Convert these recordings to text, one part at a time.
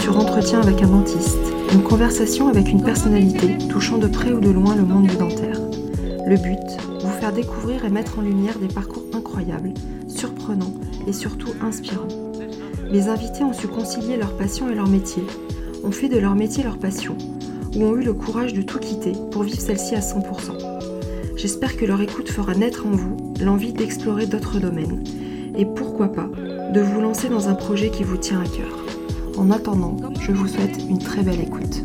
sur Entretien avec un dentiste, une conversation avec une personnalité touchant de près ou de loin le monde du dentaire. Le but, vous faire découvrir et mettre en lumière des parcours incroyables, surprenants et surtout inspirants. Mes invités ont su concilier leur passion et leur métier, ont fait de leur métier leur passion, ou ont eu le courage de tout quitter pour vivre celle-ci à 100%. J'espère que leur écoute fera naître en vous l'envie d'explorer d'autres domaines, et pourquoi pas, de vous lancer dans un projet qui vous tient à cœur. En attendant, je vous souhaite une très belle écoute.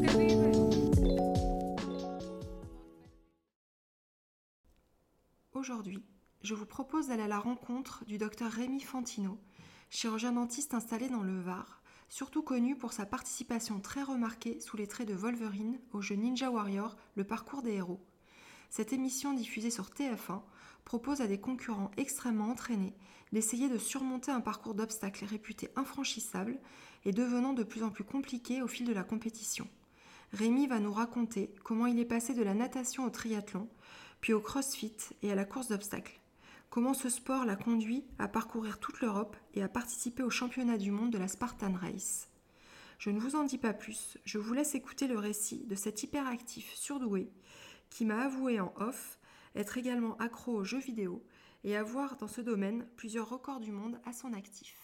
Aujourd'hui, je vous propose d'aller à la rencontre du docteur Rémi Fantino, chirurgien dentiste installé dans le Var, surtout connu pour sa participation très remarquée sous les traits de Wolverine au jeu Ninja Warrior, le parcours des héros. Cette émission diffusée sur TF1 propose à des concurrents extrêmement entraînés d'essayer de surmonter un parcours d'obstacles réputé infranchissable et devenant de plus en plus compliqué au fil de la compétition. Rémi va nous raconter comment il est passé de la natation au triathlon, puis au crossfit et à la course d'obstacles. Comment ce sport l'a conduit à parcourir toute l'Europe et à participer au championnat du monde de la Spartan Race. Je ne vous en dis pas plus, je vous laisse écouter le récit de cet hyperactif surdoué qui m'a avoué en off être également accro aux jeux vidéo et avoir dans ce domaine plusieurs records du monde à son actif.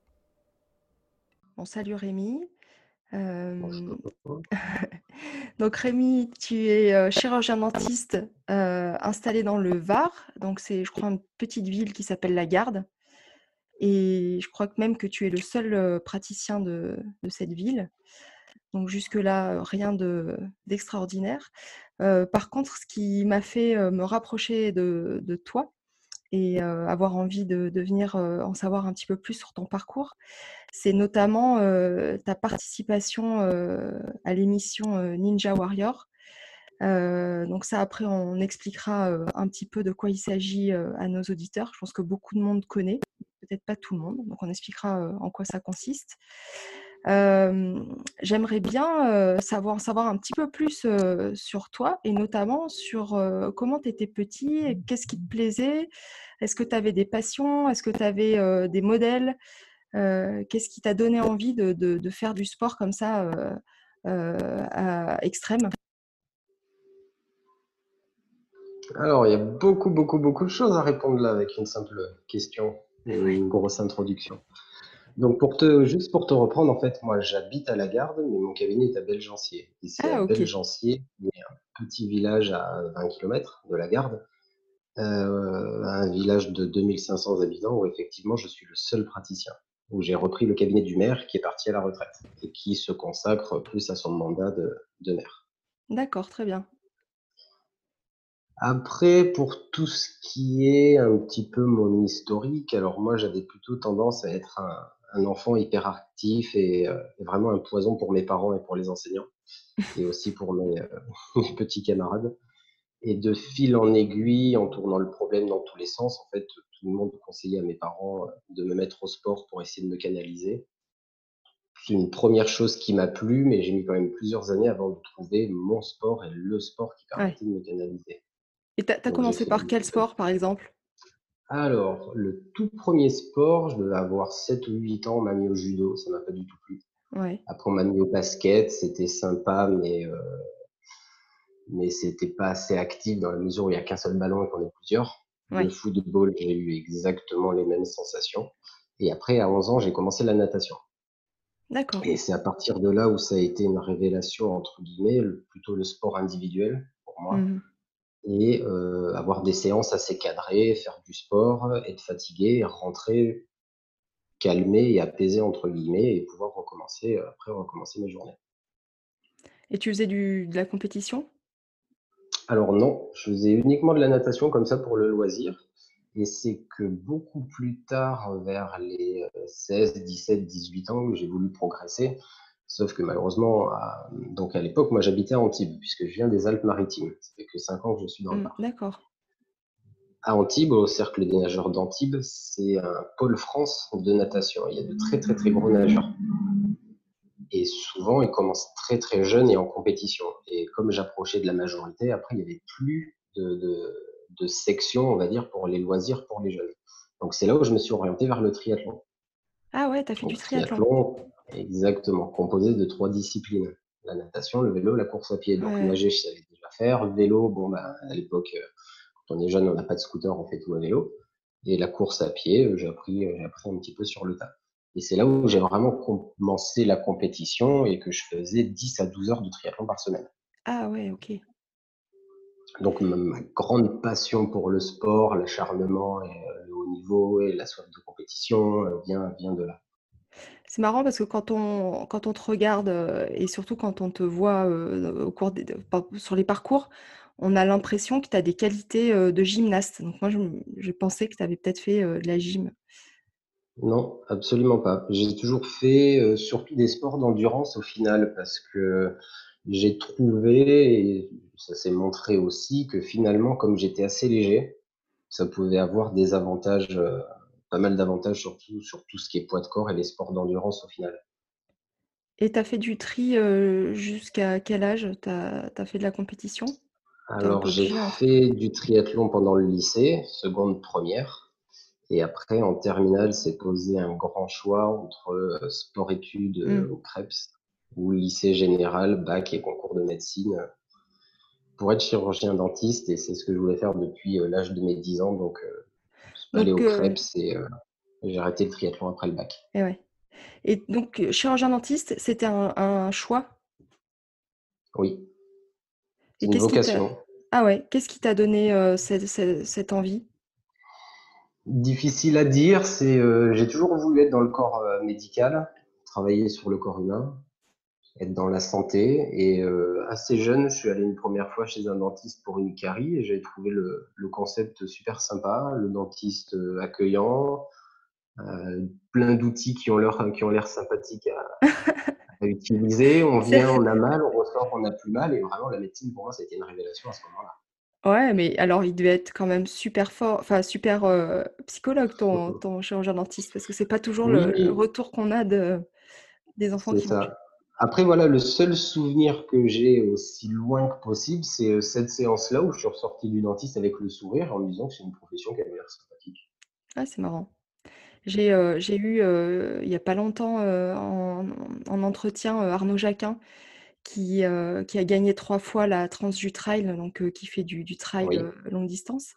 Bon, salut Rémi. Bonjour. Donc Rémi, tu es chirurgien dentiste installé dans le Var. Donc c'est, je crois, une petite ville qui s'appelle La Garde. Et je crois que même que tu es le seul praticien de cette ville. Donc jusque-là, rien d'extraordinaire. Par contre, ce qui m'a fait me rapprocher de toi et avoir envie de venir en savoir un petit peu plus sur ton parcours, c'est notamment ta participation à l'émission Ninja Warrior. Donc ça, après, on expliquera un petit peu de quoi il s'agit à nos auditeurs. Je pense que beaucoup de monde connaît, peut-être pas tout le monde. Donc on expliquera en quoi ça consiste. J'aimerais bien savoir un petit peu plus sur toi et notamment sur comment tu étais petit, et qu'est-ce qui te plaisait, est-ce que tu avais des passions, est-ce que tu avais des modèles, qu'est-ce qui t'a donné envie de faire du sport comme ça extrême? Alors, il y a beaucoup de choses à répondre là avec une simple question et Ouais. une grosse introduction. Donc, juste pour te reprendre, en fait, moi, j'habite à la Garde, mais mon cabinet est à Belgencier. Et c'est à Ah, ok. Belgencier, qui est un petit village à 20 km de la Garde, un village de 2500 habitants où effectivement, je suis le seul praticien, où j'ai repris le cabinet du maire qui est parti à la retraite et qui se consacre plus à son mandat de maire. D'accord, très bien. Après, pour tout ce qui est un petit peu mon historique, alors moi j'avais plutôt tendance à être un enfant hyperactif et vraiment un poison pour mes parents et pour les enseignants, et aussi pour mes petits camarades. Et de fil en aiguille, en tournant le problème dans tous les sens, en fait, tout le monde conseillait à mes parents de me mettre au sport pour essayer de me canaliser. C'est une première chose qui m'a plu, mais j'ai mis quand même plusieurs années avant de trouver mon sport et le sport qui Ouais. permettait de me canaliser. Et t'as Donc j'ai commencé fait par quel sport, par exemple? Alors, le tout premier sport, je devais avoir 7 ou 8 ans, on m'a mis au judo, ça m'a pas du tout plu. Ouais. Après, on m'a mis au basket, c'était sympa, mais c'était pas assez actif dans la mesure où il y a qu'un seul ballon et qu'on est plusieurs. Le Ouais. football, j'ai eu exactement les mêmes sensations. Et après, à 11 ans, j'ai commencé la natation. D'accord. Et c'est à partir de là où ça a été une révélation, entre guillemets, plutôt le sport individuel pour moi. Mhm. Et avoir des séances assez cadrées, faire du sport, être fatigué, rentrer calmer et apaiser entre guillemets et pouvoir recommencer, après recommencer mes journées. Et tu faisais de la compétition? Alors non, je faisais uniquement de la natation comme ça pour le loisir, et c'est que beaucoup plus tard, vers les 16-17-18 ans, que j'ai voulu progresser. Sauf que malheureusement, donc à l'époque, moi j'habitais à Antibes, puisque je viens des Alpes-Maritimes. Ça fait que 5 ans que je suis dans le Var. D'accord. À Antibes, au Cercle des nageurs d'Antibes, c'est un pôle France de natation. Il y a de très très très gros nageurs. Et souvent, ils commencent très très jeunes et en compétition. Et comme j'approchais de la majorité, après, il n'y avait plus de section, on va dire, pour les loisirs pour les jeunes. Donc c'est là où je me suis orienté vers le triathlon. Ah ouais, t'as fait du Donc triathlon. triathlon, Exactement, composé de 3 disciplines. La natation, le vélo, la course à pied. Donc Ouais. nager, je savais déjà faire. Vélo, bon, bah, à l'époque, quand on est jeune, on n'a pas de scooter, on fait tout à vélo. Et la course à pied, j'ai appris un petit peu sur le tas. Et c'est là où j'ai vraiment commencé la compétition et que je faisais 10 à 12 heures de triathlon par semaine. Ah ouais, OK. Donc ma grande passion pour le sport, l'acharnement et le haut niveau et la soif de compétition, vient de là. C'est marrant parce que quand on te regarde, et surtout quand on te voit, au cours sur les parcours, on a l'impression que tu as des qualités, de gymnaste. Donc moi, je pensais que tu avais peut-être fait, de la gym. Non, absolument pas. J'ai toujours fait, surtout des sports d'endurance au final parce que j'ai trouvé et ça s'est montré aussi que finalement, comme j'étais assez léger, ça pouvait avoir des avantages, pas mal d'avantages surtout sur tout ce qui est poids de corps et les sports d'endurance au final. Et tu as fait du tri, jusqu'à quel âge? Tu as fait de la compétition? Tu es un Alors peu j'ai obligé, hein, de toute fait du triathlon pendant le lycée, seconde, première. Et après, en terminale, s'est posé un grand choix entre sport-études mmh. au CREPS ou lycée général, bac et concours de médecine pour être chirurgien dentiste. Et c'est ce que je voulais faire depuis l'âge de mes 10 ans. Donc, je suis allé Donc au CREPS et j'ai arrêté le triathlon après le bac. et ouais. Et donc, chirurgien dentiste, c'était un choix? Oui, Et c'est une qu'est-ce qui t'a vocation. ah ouais, qu'est-ce qui t'a donné, cette envie? Difficile à dire, j'ai toujours voulu être dans le corps médical, travailler sur le corps humain. Être dans la santé et assez jeune, je suis allé une première fois chez un dentiste pour une carie et j'ai trouvé le concept super sympa, le dentiste accueillant, plein d'outils qui ont l'air sympathiques à utiliser. On C'est vient, on a mal, on ressort, on n'a plus mal et vraiment la médecine pour moi, c'était une révélation à ce moment-là. Ouais, mais alors il devait être quand même super fort, enfin super, psychologue ton chirurgien dentiste, parce que c'est pas toujours le Oui, retour qu'on a des enfants c'est qui vont chez ça. Après voilà, le seul souvenir que j'ai aussi loin que possible, c'est cette séance-là où je suis ressorti du dentiste avec le sourire en me disant que c'est une profession qui avait l'air sympathique. ah, c'est marrant. J'ai eu, il y a pas longtemps, en entretien, Arnaud Jacquin qui a gagné 3 fois la Trans du Trail, donc qui fait du trail, Oui. longue distance,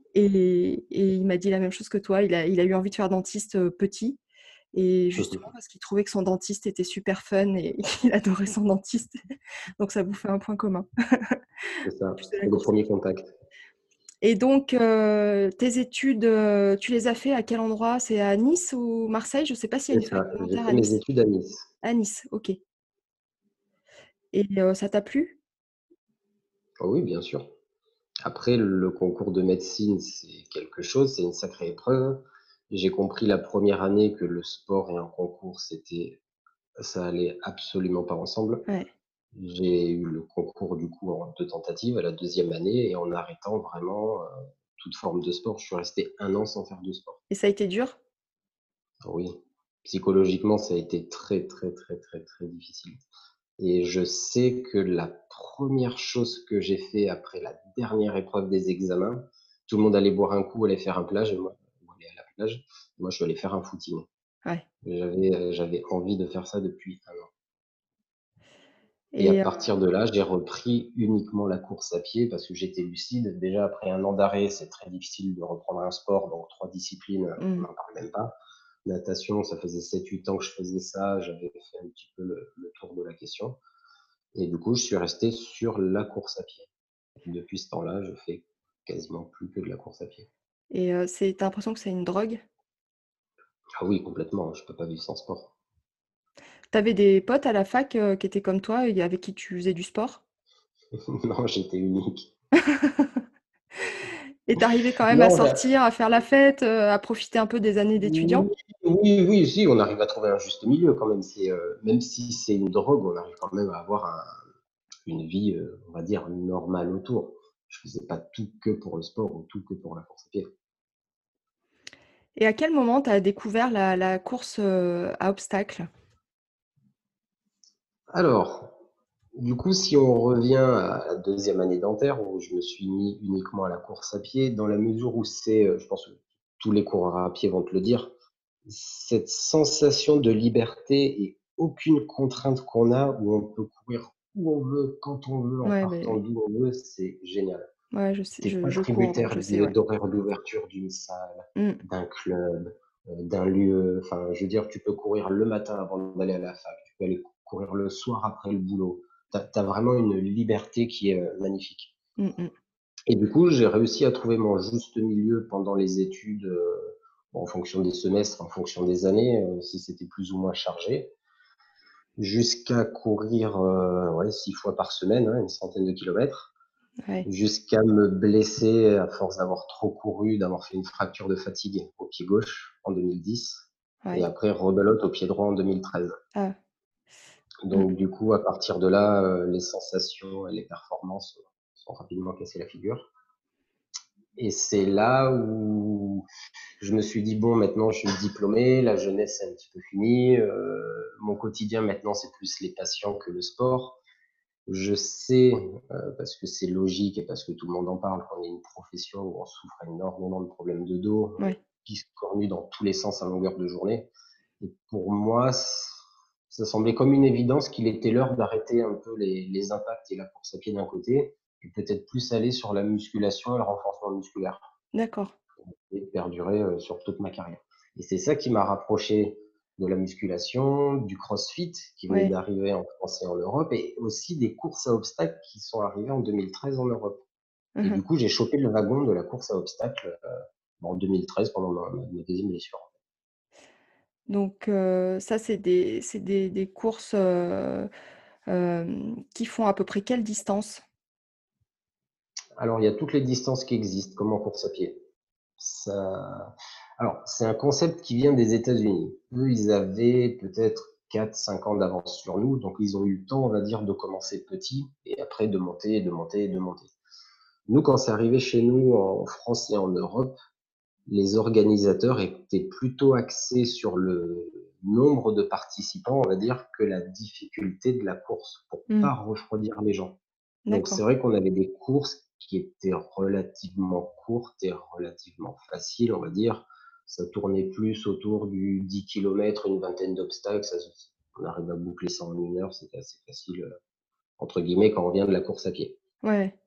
et il m'a dit la même chose que toi. Il a eu envie de faire dentiste, petit, et justement parce qu'il trouvait que son dentiste était super fun et qu'il adorait son dentiste, donc ça vous fait un point commun, C'est en ça, plus de la c'est le course à premier pied. contact. Et donc, tes études, tu les as fait à quel endroit? C'est à Nice ou Marseille? Je ne sais pas s'il y a C'est une fac ça, j'ai dentaire fait à mes Nice? études à Nice. À Nice, OK. Et ça t'a plu? Ah oui, bien sûr. Après, le concours de médecine, c'est quelque chose, c'est une sacrée épreuve. J'ai compris la première année que le sport et un concours, ça allait absolument pas ensemble. Ouais. J'ai eu le concours du coup en 2 tentatives à la deuxième année et en arrêtant vraiment, toute forme de sport. Je suis resté 1 an sans faire de sport. Et ça a été dur? Oui, psychologiquement, ça a été très, très, très, très, très difficile. Et je sais que la première chose que j'ai fait après la dernière épreuve des examens, tout le monde allait boire un coup, allait faire un plage et moi ou aller à la plage. Moi, je suis allé faire un footing. Ouais. J'avais envie de faire ça depuis 1 an et à Et partir de là, j'ai repris uniquement la course à pied parce que j'étais lucide. Déjà après 1 an d'arrêt, c'est très difficile de reprendre un sport, donc 3 disciplines, on mmh. n'en parle même pas. Natation, ça faisait 7, 8 ans que je faisais ça, j'avais fait un petit peu le tour de la question. Et du coup, je suis resté sur la course à pied. Depuis ce temps-là, je fais quasiment plus que de la course à pied. Et tu l'impression que c'est une drogue? Ah oui, complètement, je peux pas vivre sans sport. T'avais des potes à la fac, qui étaient comme toi et avec qui tu faisais du sport? Non, j'étais unique. Et t'arrivais quand même à Non, sortir, à faire la fête, à profiter un peu des années d'étudiant? oui, oui, oui, si, on arrive à trouver un juste milieu quand même. Même si c'est une drogue, on arrive quand même à avoir une vie, on va dire, normale autour. Je faisais pas tout que pour le sport ou tout que pour la course à pied. Et à quel moment tu as découvert la course, à obstacles? Alors, du coup, si on revient à la deuxième année dentaire où je me suis mis uniquement à la course à pied, dans la mesure où je pense que tous les coureurs à pied vont te le dire, cette sensation de liberté est aucune contrainte qu'on a, où on peut courir où on veut, quand on veut, en Ouais, partant beh, d'où on veut, c'est génial. ouais, je sais, Tu pas je cours donc tributaire je sais, des ouais. d'horaires d'ouverture d'une salle, Mmh. d'un club, d'un lieu. Enfin, je veux dire, tu peux courir le matin avant d'aller à la fac, tu peux aller courir le soir après le boulot. Tu as vraiment une liberté qui est, magnifique. Mmh mh. Et du coup, j'ai réussi à trouver mon juste milieu pendant les études, en fonction des semestres, en fonction des années, si c'était plus ou moins chargé, jusqu'à courir, ouais, 6 fois par semaine, hein, une centaine de kilomètres, Ouais, jusqu'à me blesser à force d'avoir trop couru, d'avoir fait une fracture de fatigue au pied gauche en 2010 et ouais. après rebelote au pied droit en 2013. Ah. Mmh. Donc du coup, à partir de là, les sensations et les performances sont rapidement cassées la figure et c'est là où je me suis dit: «Bon, maintenant je suis diplômé, la jeunesse est un petit peu finie, mon quotidien maintenant c'est plus les patients que le sport». Je sais, parce que c'est logique et parce que tout le monde en parle, qu'on est une profession où on souffre énormément de problèmes de dos, Ouais. biscornus dans tous les sens à longueur de journée et pour moi, ça semblait comme une évidence qu'il était l'heure d'arrêter un peu les impacts et la course à pied d'un côté et peut-être plus aller sur la musculation et le renforcement musculaire D'accord. et perdurer, sur toute ma carrière. Et c'est ça qui m'a rapproché de la musculation, du CrossFit qui venait Ouais. d'arriver en France et en Europe et aussi des courses à obstacles qui sont arrivées en 2013 en Europe. Mmh Et mh. du coup, j'ai chopé le wagon de la course à obstacles, en 2013 pendant ma 2e blessure. Donc ça, c'est des courses, qui font à peu près quelle distance? Alors, il y a toutes les distances qui existent, comme en course à pied. Ça alors, c'est un concept qui vient des États-Unis. Eux, ils avaient peut-être 4, 5 ans d'avance sur nous, donc ils ont eu le temps, on va dire, de commencer petit et après de monter, de monter, de monter. Nous, quand c'est arrivé chez nous en France et en Europe, les organisateurs étaient plutôt axés sur le nombre de participants, on va dire, que la difficulté de la course, pour Mmh. pas refroidir les gens. Donc c'est D'accord. vrai qu'on avait des courses qui étaient relativement courtes et relativement faciles, on va dire. Ça tournait plus autour du 10 kilomètres, une vingtaine d'obstacles. On arrive à boucler ça en 1 heure, c'était assez facile, entre guillemets, quand on vient de la course à pied. Ouais.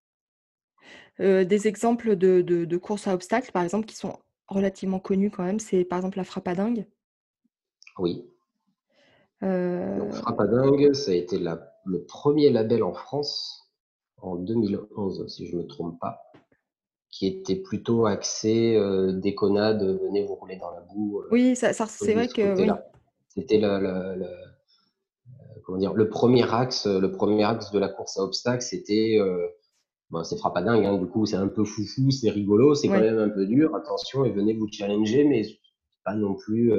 Des exemples de courses à obstacles, par exemple, qui sont relativement connues quand même, c'est par exemple la frappe à dingue. Oui, donc Heu, Frappadingue, ça a été le premier label en France en 2011, si je me trompe pas, qui était plutôt axé, déconnade, venez vous rouler dans la boue, oui, ça plutôt c'est de vrai ce que oui. côté-là. C'était comment dire, le premier axe de la course à obstacles, c'était, bon, c'est Frappadingue, hein, du coup, c'est un peu foufou, c'est rigolo, c'est quand Ouais. même un peu dur, attention et venez vous challenger, mais pas non plus,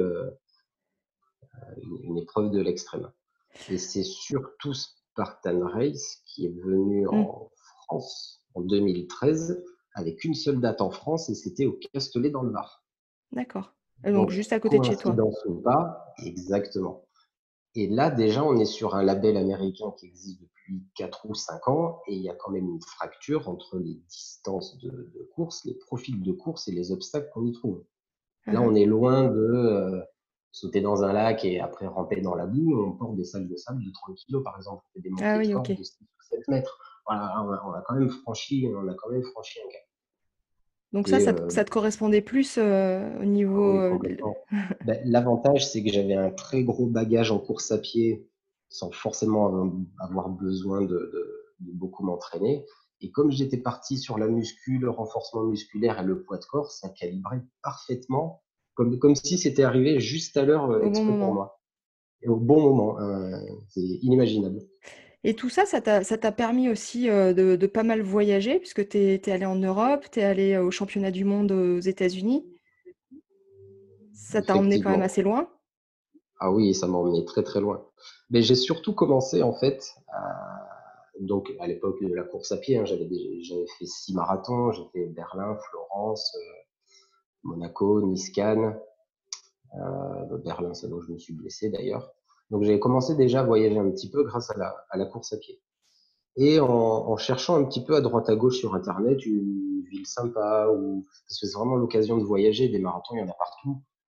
une épreuve de l'extrême. Et c'est surtout Spartan Race qui est venu Mmh. en France en 2013 avec une seule date en France et c'était au Castellet dans le Var. D'accord. Donc Donc, juste à côté de chez toi? coïncidence ou pas, exactement. Et là, déjà, on est sur un label américain qui existe depuis 4 ou 5 ans et il y a quand même une fracture entre les distances de course, les profils de course et les obstacles qu'on y trouve. Hein, Là, hein. on est loin de sauter dans un lac et après ramper dans la boue. On porte des sacs de sable de 30 kilos, par exemple. On fait des Ah montées de oui, OK. force de 6 ou 7 mètres. Voilà, on a quand même franchi un cap. Donc ça, Et ça te correspondait plus, au ah niveau, oui, complètement. Ben, l'avantage, c'est que j'avais un très gros bagage en course à pied sans forcément avoir besoin de beaucoup m'entraîner. Et comme j'étais parti sur la muscu, le renforcement musculaire et le poids de corps, ça calibrait parfaitement, comme si c'était arrivé juste à l'heure, au bon exprès pour moment. moi et au bon moment, c'est inimaginable. Et tout ça, ça t'a permis aussi, de pas mal voyager puisque tu es allé en Europe, tu es allé aux championnats du monde aux États-Unis. Ça t'a emmené quand même Effectivement. assez loin? Ah oui, ça m'a emmené très, très loin. Mais j'ai surtout commencé en fait donc à l'époque de la course à pied, hein, j'avais fait 6 marathons, j'ai fait Berlin, Florence, Monaco, Nice-Cannes, Berlin, c'est là où je me suis blessé d'ailleurs. Donc j'avais commencé déjà à voyager un petit peu grâce à la course à pied. Et en cherchant un petit peu à droite à gauche sur internet une ville sympa ou parce que c'est vraiment l'occasion de voyager, des marathons, il y en a partout.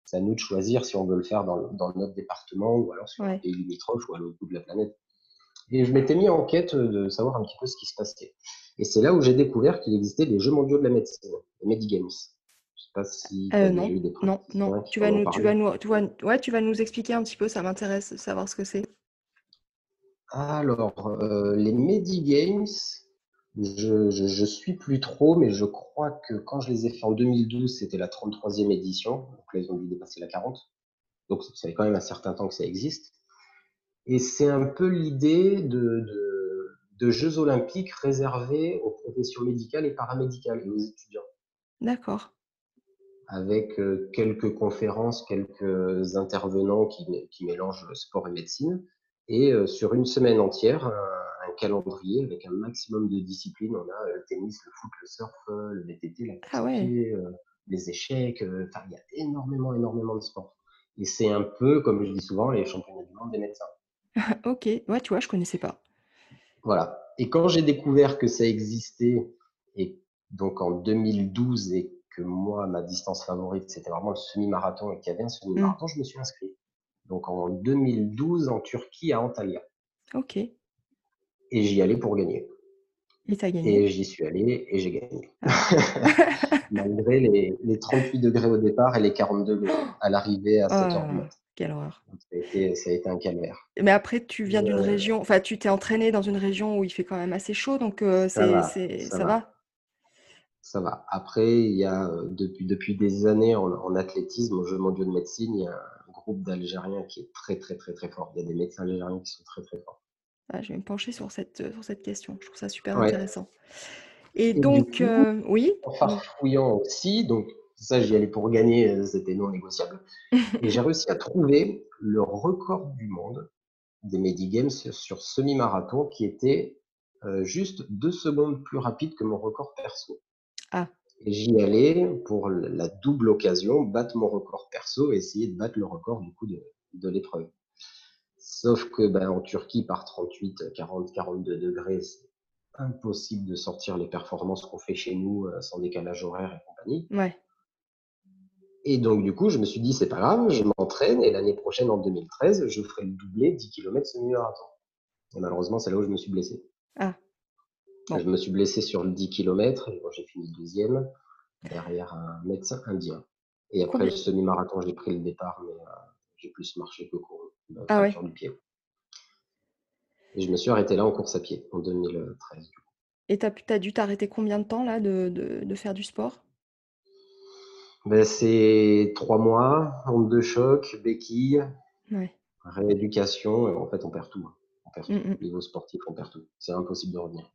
C'est à nous de choisir si on veut le faire dans notre département ou alors sur un Ouais. pays limitrophe ou à l'autre bout de la planète. Et je m'étais mis en quête de savoir un petit peu ce qui se passait. Et c'est là où j'ai découvert qu'il existait les Jeux mondiaux de la médecine, les Medigames. Je sais pas si tu as déjà Non, eu des non, non. praticiens qui t'en ont parlé. Tu vas nous expliquer un petit peu, ça m'intéresse de savoir ce que c'est. Alors, les Medigames, je suis plus trop, mais je crois que quand je les ai fait en 2012, c'était la 33e édition. Donc là, ils ont dû dépasser la 40. Donc ça fait quand même un certain temps que ça existe. Et c'est un peu l'idée de Jeux olympiques réservés aux professions médicales et paramédicales et aux étudiants, D'accord. avec quelques conférences, quelques intervenants qui mélangent sport et médecine, et sur une semaine entière, un calendrier avec un maximum de disciplines. On a le tennis, le foot, le surf, le VTT, la Ah course à ouais. pied, les échecs, enfin, il y a énormément, énormément de sports. Et c'est un peu, comme je dis souvent, les championnats du monde des médecins. OK. Ouais, tu vois, je connaissais pas. Voilà. Et quand j'ai découvert que ça existait, et donc en 2012, et que moi, ma distance favorite, c'était vraiment le semi-marathon et qu'il y avait un Mmh. semi-marathon, je me suis inscrit. Donc en 2012, en Turquie, à Antalya. OK. Et j'y allais pour gagner. Et tu as gagné? Et j'y suis allé et j'ai gagné. Ah. Malgré les 38 degrés au départ et les 40 degrés à l'arrivée à 7 heures du Ah, matin. quelle horreur. Donc ça a été un calvaire. Mais après, tu viens d'une Euh, région enfin, tu t'es entraîné dans une région où il fait quand même assez chaud, donc ça va, ça ça va. va? Ça va. Après, il y a depuis des années en athlétisme, aux Jeux mondiaux de médecine, il y a un groupe d'Algériens qui est très très très très fort. Il y a des médecins algériens qui sont très très forts. Ah, je vais me pencher sur cette question. Je trouve ça super Ouais. intéressant. Et Et du donc, coup, oui? en Dis-moi. farfouillant aussi, donc ça j'y allais pour gagner, c'était non négociable. Et j'ai réussi à trouver le record du monde des Medigames sur semi-marathon qui était juste 2 secondes plus rapide que mon record perso. Ah, Et j'y allais pour la double occasion, battre mon record perso et essayer de battre le record du coup de l'épreuve. Sauf que ben, en Turquie, par 38, 40, 42 degrés, c'est impossible de sortir les performances qu'on fait chez nous sans décalage horaire et compagnie. ouais. Et donc du coup, je me suis dit, c'est pas grave, je m'entraîne et l'année prochaine, en 2013, je ferai le doublé 10 km semi-marathon. Et malheureusement, c'est là où je me suis blessé. Ah, bon. Je me suis blessé sur le 10 km et bon, j'ai fini deuxième derrière un médecin indien. Et après le Combien semi-marathon, j'ai pris le départ, mais j'ai plus marché que couru, ah ouais. fracture du pied. Et je me suis arrêté là en course à pied en 2013. Et tu dû t'arrêter combien de temps là de faire du sport? Ben, c'est 3 mois, onde de choc, béquille, Ouais. rééducation, et en fait on perd tout, hein. On perd tout. Mmh mh. Niveau sportif, on perd tout. C'est impossible de revenir.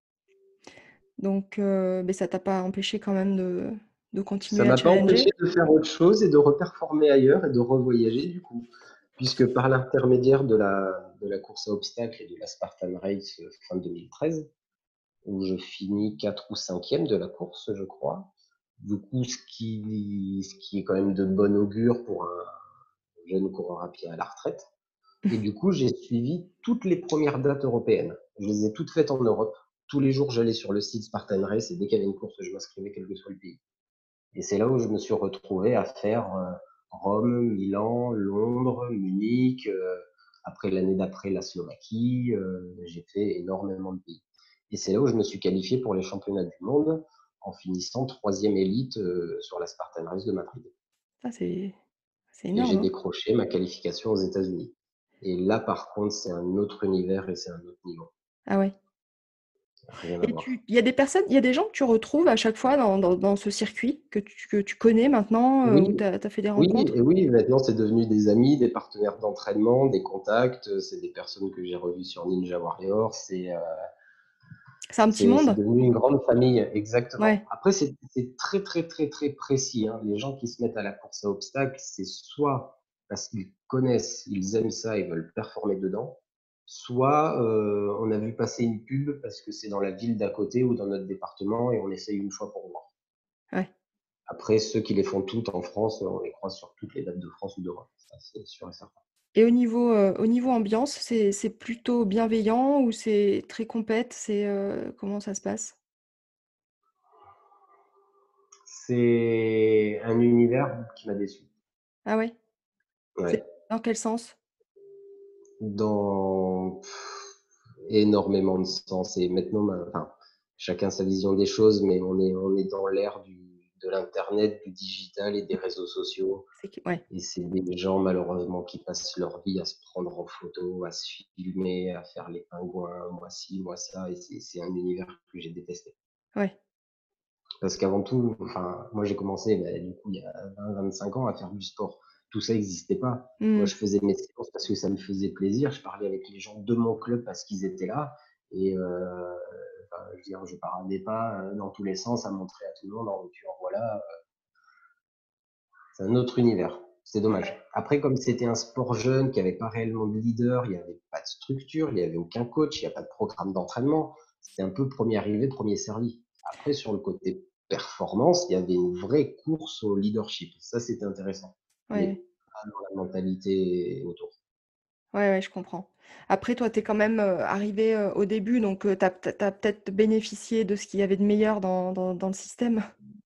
Donc beh, ça t'a pas empêché quand même de Ça continuer à m'a pas empêché challenger? de faire autre chose et de reperformer ailleurs et de revoyager du coup. Puisque par l'intermédiaire de la course à obstacles et de la Spartan Race fin 2013, où je finis 4 ou 5e de la course, je crois. Du coup, ce qui est quand même de bon augure pour un jeune coureur à pied à la retraite. Et du coup, j'ai suivi toutes les premières dates européennes. Je les ai toutes faites en Europe. Tous les jours, j'allais sur le site Spartan Race et dès qu'il y avait une course, je m'inscrivais quel que soit le pays. Et c'est là où je me suis retrouvé à faire Rome, Milan, Londres, Munich. Après l'année d'après, la Slovaquie. J'ai fait énormément de pays. Et c'est là où je me suis qualifié pour les championnats du monde en finissant troisième élite sur la Spartan Race de Madrid. Ah c'est Et j'ai énorme, hein? décroché ma qualification aux États-Unis. Et là, par contre, c'est un autre univers et c'est un autre niveau. Ah ouais. Rien à Et voir. il y a des gens que tu retrouves à chaque fois dans ce circuit que tu connais maintenant, où Oui, tu as fait des oui, rencontres? et oui, maintenant c'est devenu des amis, des partenaires d'entraînement, des contacts. C'est des personnes que j'ai revues sur Ninja Warrior. C'est un petit C'est monde? devenu une grande famille, exactement. Ouais, Après, c'est très, très, très, très précis, hein. Les gens qui se mettent à la course à obstacles, c'est soit parce qu'ils connaissent, ils aiment ça, ils veulent performer dedans, soit on a vu passer une pub parce que c'est dans la ville d'à côté ou dans notre département et on essaye une fois pour voir. ouais. Après, ceux qui les font toutes en France, on les croise sur toutes les dates de France ou d'Europe. Ça, c'est sûr et certain. Et au niveau ambiance, c'est plutôt bienveillant ou c'est très compète? Comment ça se passe? C'est un univers qui m'a déçu. Ah ouais? C'est Ouais, dans quel sens? dans énormément de sens et maintenant, enfin, chacun sa vision des choses, mais on est dans l'ère de l'internet, du digital et des réseaux sociaux. C'est que ouais, Et c'est des gens malheureusement qui passent leur vie à se prendre en photo, à se filmer, à faire les pingouins, moi ci, moi ça, et c'est un univers que j'ai détesté. ouais. Parce qu'avant tout, enfin, moi j'ai commencé, du coup, il y a 20-25 ans à faire du sport. Tout ça n'existait pas. Moi, Mmh. je faisais mes séances parce que ça me faisait plaisir. Je parlais avec les gens de mon club parce qu'ils étaient là. Et enfin, je veux dire, je paradais pas dans tous les sens à montrer à tout le monde, en tu en voilà, c'est un autre univers. C'est dommage. Après, comme c'était un sport jeune, qui avait pas réellement de leader, il y avait pas de structure, il y avait aucun coach, il y a pas de programme d'entraînement. C'était un peu premier arrivé, premier servi. Après, sur le côté performance, il y avait une vraie course au leadership. Ça, c'était intéressant. Mais Ouais, pas dans la mentalité autour. ouais, ouais, je comprends. Après toi, tu es quand même, arrivée, au début donc tu as peut-être bénéficié de ce qu'il y avait de meilleur dans le système?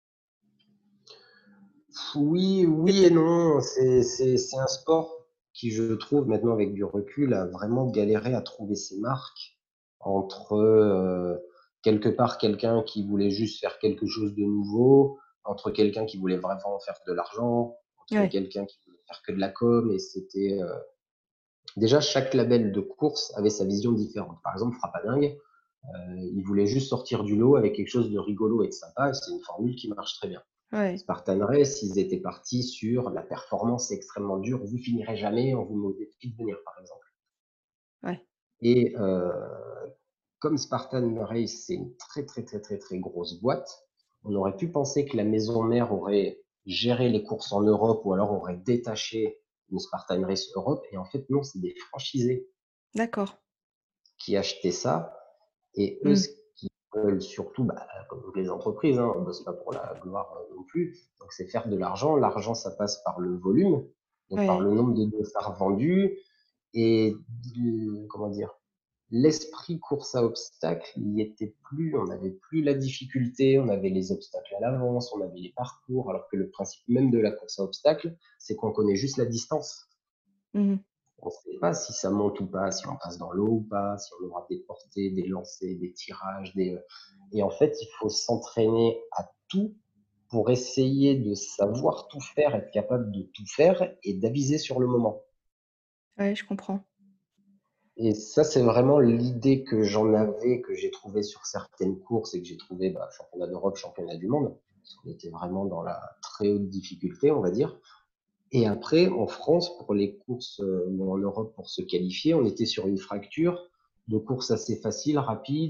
Oui, C'est oui et peut-être non. C'est un sport qui, je trouve, maintenant avec du recul, a vraiment galéré à trouver ses marques entre, quelque part, quelqu'un qui voulait juste faire quelque chose de nouveau, entre quelqu'un qui voulait vraiment faire de l'argent, entre ouais, quelqu'un qui voulait faire que de la com et c'était, déjà chaque label de course avait sa vision différente. Par exemple, Frappadingue, il voulait juste sortir du lot avec quelque chose de rigolo et de sympa et c'est une formule qui marche très bien. ouais, Spartan Race, ils étaient partis sur la performance extrêmement dure, vous finirez jamais, on vous met au défi de venir, par exemple. ouais, Et comme Spartan Race, c'est une très, très, très, très, très grosse boîte, on aurait pu penser que la maison mère aurait géré les courses en Europe ou alors aurait détaché une Spartan Race Europe. Et en fait, non, c'est des franchisés d'accord. qui achetaient ça. Et eux, Mmh. ce qu'ils veulent surtout, comme toutes les entreprises, hein, on bosse pas pour la gloire non plus. Donc, c'est faire de l'argent. L'argent, ça passe par le volume, donc par Ouais, le nombre de dossards vendus et comment dire, l'esprit course à obstacles, il n'y était plus. On n'avait plus la difficulté, on avait les obstacles à l'avance, on avait les parcours, alors que le principe même de la course à obstacles, c'est qu'on connaît juste la distance. mmh mh. On ne sait pas si ça monte ou pas, si on passe dans l'eau ou pas, si on aura des portées, des lancers, des tirages, et en fait, il faut s'entraîner à tout pour essayer de savoir tout faire, être capable de tout faire et d'aviser sur le moment. Ouais, je comprends. Et ça, c'est vraiment l'idée que j'en avais, que j'ai trouvée sur certaines courses et que j'ai trouvé, championnat d'Europe, championnat du monde. Parce qu'on était vraiment dans la très haute difficulté, on va dire. Et après, en France, pour les courses, ou en Europe pour se qualifier, on était sur une fracture de courses assez faciles, rapides,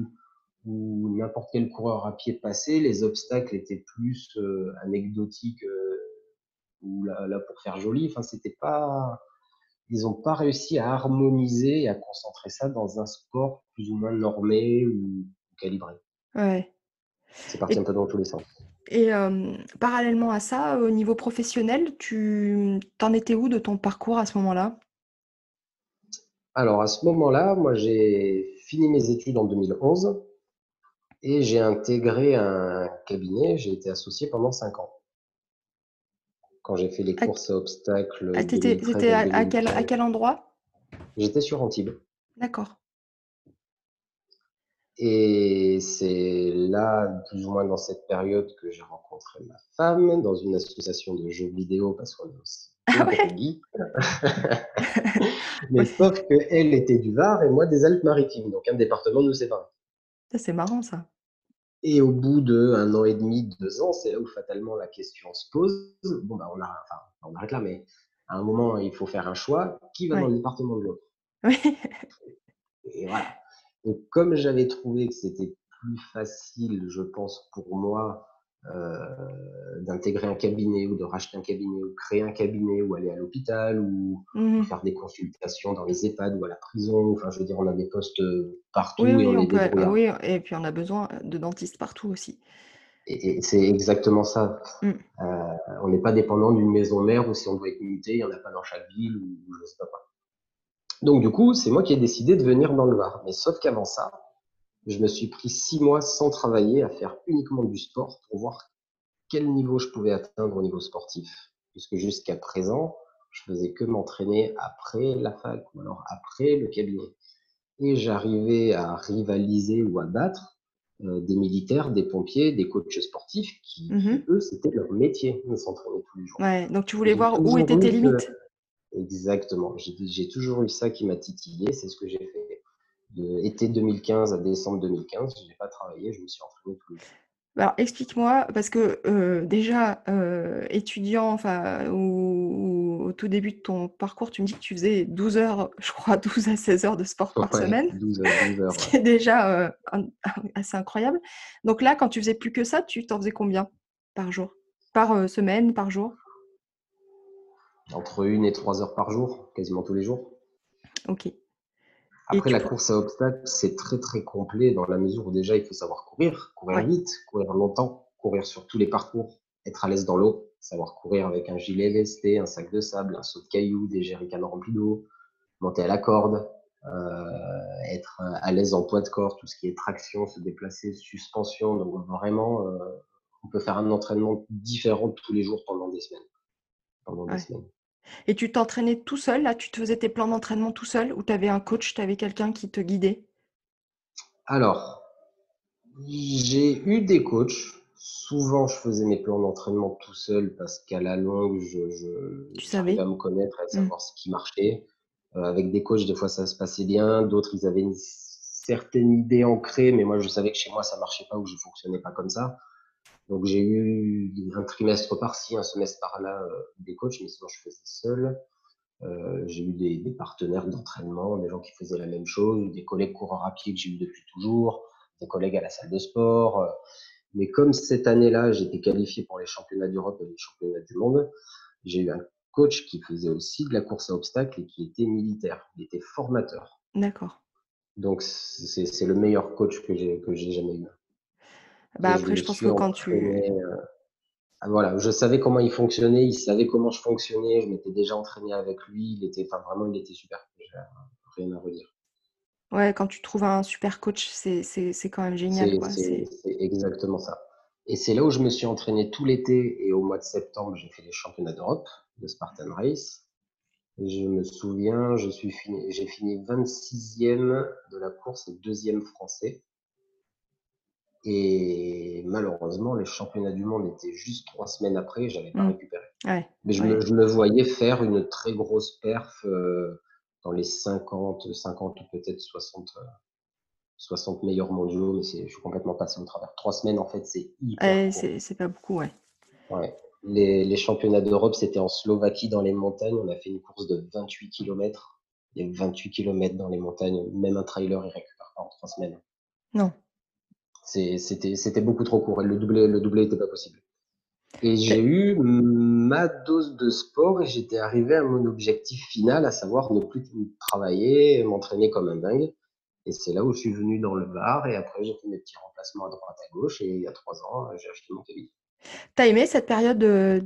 où n'importe quel coureur à pied passait. Les obstacles étaient plus anecdotiques ou là pour faire joli. Enfin, c'était pas, ils n'ont pas réussi à harmoniser et à concentrer ça dans un sport plus ou moins normé ou calibré. Ouais C'est parti un et peu dans tous les sens. parallèlement à ça, au niveau professionnel, tu en étais où de ton parcours à ce moment-là? Alors à ce moment-là, moi j'ai fini mes études en 2011 et j'ai intégré un cabinet. J'ai été associé pendant 5 ans. Quand j'ai fait les À courses à obstacles tu étais 2013 c'était à à 2015, quel endroit? j'étais sur Antibes. D'accord. Et c'est là, plus ou moins dans cette période, que j'ai rencontré ma femme dans une association de jeux vidéo parce qu'on est aussi Ah deux gros ouais? geeks. Mais Ouais, sauf qu'elle était du Var et moi des Alpes-Maritimes, donc un département nous sépare. ça c'est marrant ça. Et au bout d'1 an et demi, 2 ans, c'est là où fatalement la question se pose. Bon, on arrête là, mais à un moment, il faut faire un choix. Qui va dans Ouais. le département de l'autre? Oui. Et voilà. Et comme j'avais trouvé que c'était plus facile, je pense, pour moi, d'intégrer un cabinet ou de racheter un cabinet ou créer un cabinet ou aller à l'hôpital ou Mmh. faire des consultations dans les EHPAD ou à la prison. Enfin, je veux dire, on a des postes Oui, partout et on oui, est on peut débrouillard. oui et puis on a besoin de dentistes partout aussi. Et c'est exactement ça. Mmh. Euh, on n'est pas dépendant d'une maison mère où si on doit être muté, il n'y en a pas dans chaque ville ou je sais pas quoi. Donc du coup, c'est moi qui ai décidé de venir dans le Var. Mais sauf qu'avant ça, je me suis pris 6 mois sans travailler à faire uniquement du sport pour voir quel niveau je pouvais atteindre au niveau sportif. puisque jusqu'à présent, je faisais que m'entraîner après la fac ou alors après le cabinet. Et j'arrivais à rivaliser ou à battre des militaires, des pompiers, des coachs sportifs qui, Mhm. eux, c'était leur métier de s'entraîner tous les jours. Ouais, donc tu Et voulais j'ai voir où toujours étaient eu tes limites. exactement, j'ai toujours eu ça qui m'a titillé, c'est ce que j'ai fait. De été 2015 à décembre 2015, je n'ai pas travaillé, je me suis entraîné tous les jours. Alors explique-moi, parce que déjà, étudiant, enfin, au tout début de ton parcours, tu me dis que tu faisais 12 heures, je crois 12 à 16 heures de sport par Ouais, semaine, 12 heures, ce ouais. qui est déjà assez incroyable. Donc là, quand tu faisais plus que ça, tu t'en faisais combien par jour? Par semaine, par jour? Entre 1 et 3 heures par jour, quasiment tous les jours. Ok. Et Après, la course à obstacles, c'est très très complet dans la mesure où déjà il faut savoir courir ouais, vite, courir longtemps, courir sur tous les parcours, être à l'aise dans l'eau, savoir courir avec un gilet lesté, un sac de sable, un seau de cailloux, des jerrycans remplis d'eau, monter à la corde, être à l'aise en poids de corps, tout ce qui est traction, se déplacer, suspension. Donc vraiment, on peut faire un entraînement différent tous les jours pendant des semaines. Pendant des ouais. semaines. Et tu t'entraînais tout seul, là, tu te faisais tes plans d'entraînement tout seul, ou tu avais un coach, tu avais quelqu'un qui te guidait? Alors, j'ai eu des coachs. Souvent, je faisais mes plans d'entraînement tout seul parce qu'à la longue, Tu j'arrivais à savais? me connaître, à Mmh. savoir ce qui marchait. Avec des coachs, des fois, ça se passait bien. D'autres, ils avaient une certaine idée ancrée, mais moi, je savais que chez moi, ça marchait pas ou je fonctionnais pas comme ça. Donc, j'ai eu un trimestre par-ci, un semestre par-là, des coachs, mais sinon, je faisais seul. J'ai eu des partenaires d'entraînement, des gens qui faisaient la même chose, des collègues coureurs à pied que j'ai eu depuis toujours, des collègues à la salle de sport. Mais comme cette année-là, j'étais qualifié pour les championnats d'Europe et les championnats du monde, j'ai eu un coach qui faisait aussi de la course à obstacles et qui était militaire. Il était formateur. D'accord. Donc, c'est le meilleur coach que j'ai jamais eu. Bah, Et je après, me je pense suis que quand tu entraîné. Voilà, je savais comment il fonctionnait, il savait comment je fonctionnais, je m'étais déjà entraîné avec lui, enfin vraiment, il était super. J'ai rien à redire. ouais, quand tu trouves un super coach, c'est quand même génial, quoi, C'est exactement ça. Et c'est là où je me suis entraîné tout l'été et au mois de septembre, j'ai fait les championnats d'Europe de Spartan Race. Et je me souviens, j'ai fini 26e de la course et deuxième français. Et malheureusement, les championnats du monde étaient juste 3 semaines après, et j'avais pas mmh, récupéré. ouais, Mais ouais. je me voyais faire une très grosse perf dans les 50 ou peut-être 60 meilleurs mondiaux, mais je suis complètement passé au travers. 3 semaines, en fait, c'est hyper Ouais, court. c'est pas beaucoup, ouais. Ouais. Les championnats d'Europe, c'était en Slovaquie, dans les montagnes. On a fait une course de 28 kilomètres. Il y a 28 kilomètres dans les montagnes. Même un trailer, il récupère pas en 3 semaines. Non. C'était beaucoup trop court. Et le doublé était pas possible. Et Tu j'ai eu ma dose de sport et j'étais arrivé à mon objectif final, à savoir ne plus travailler, m'entraîner comme un dingue. Et c'est là où je suis venu dans le Var et après j'ai fait mes petits remplacements à droite à gauche et il y a 3 ans, j'ai acheté mon cabinet. as aimé cette période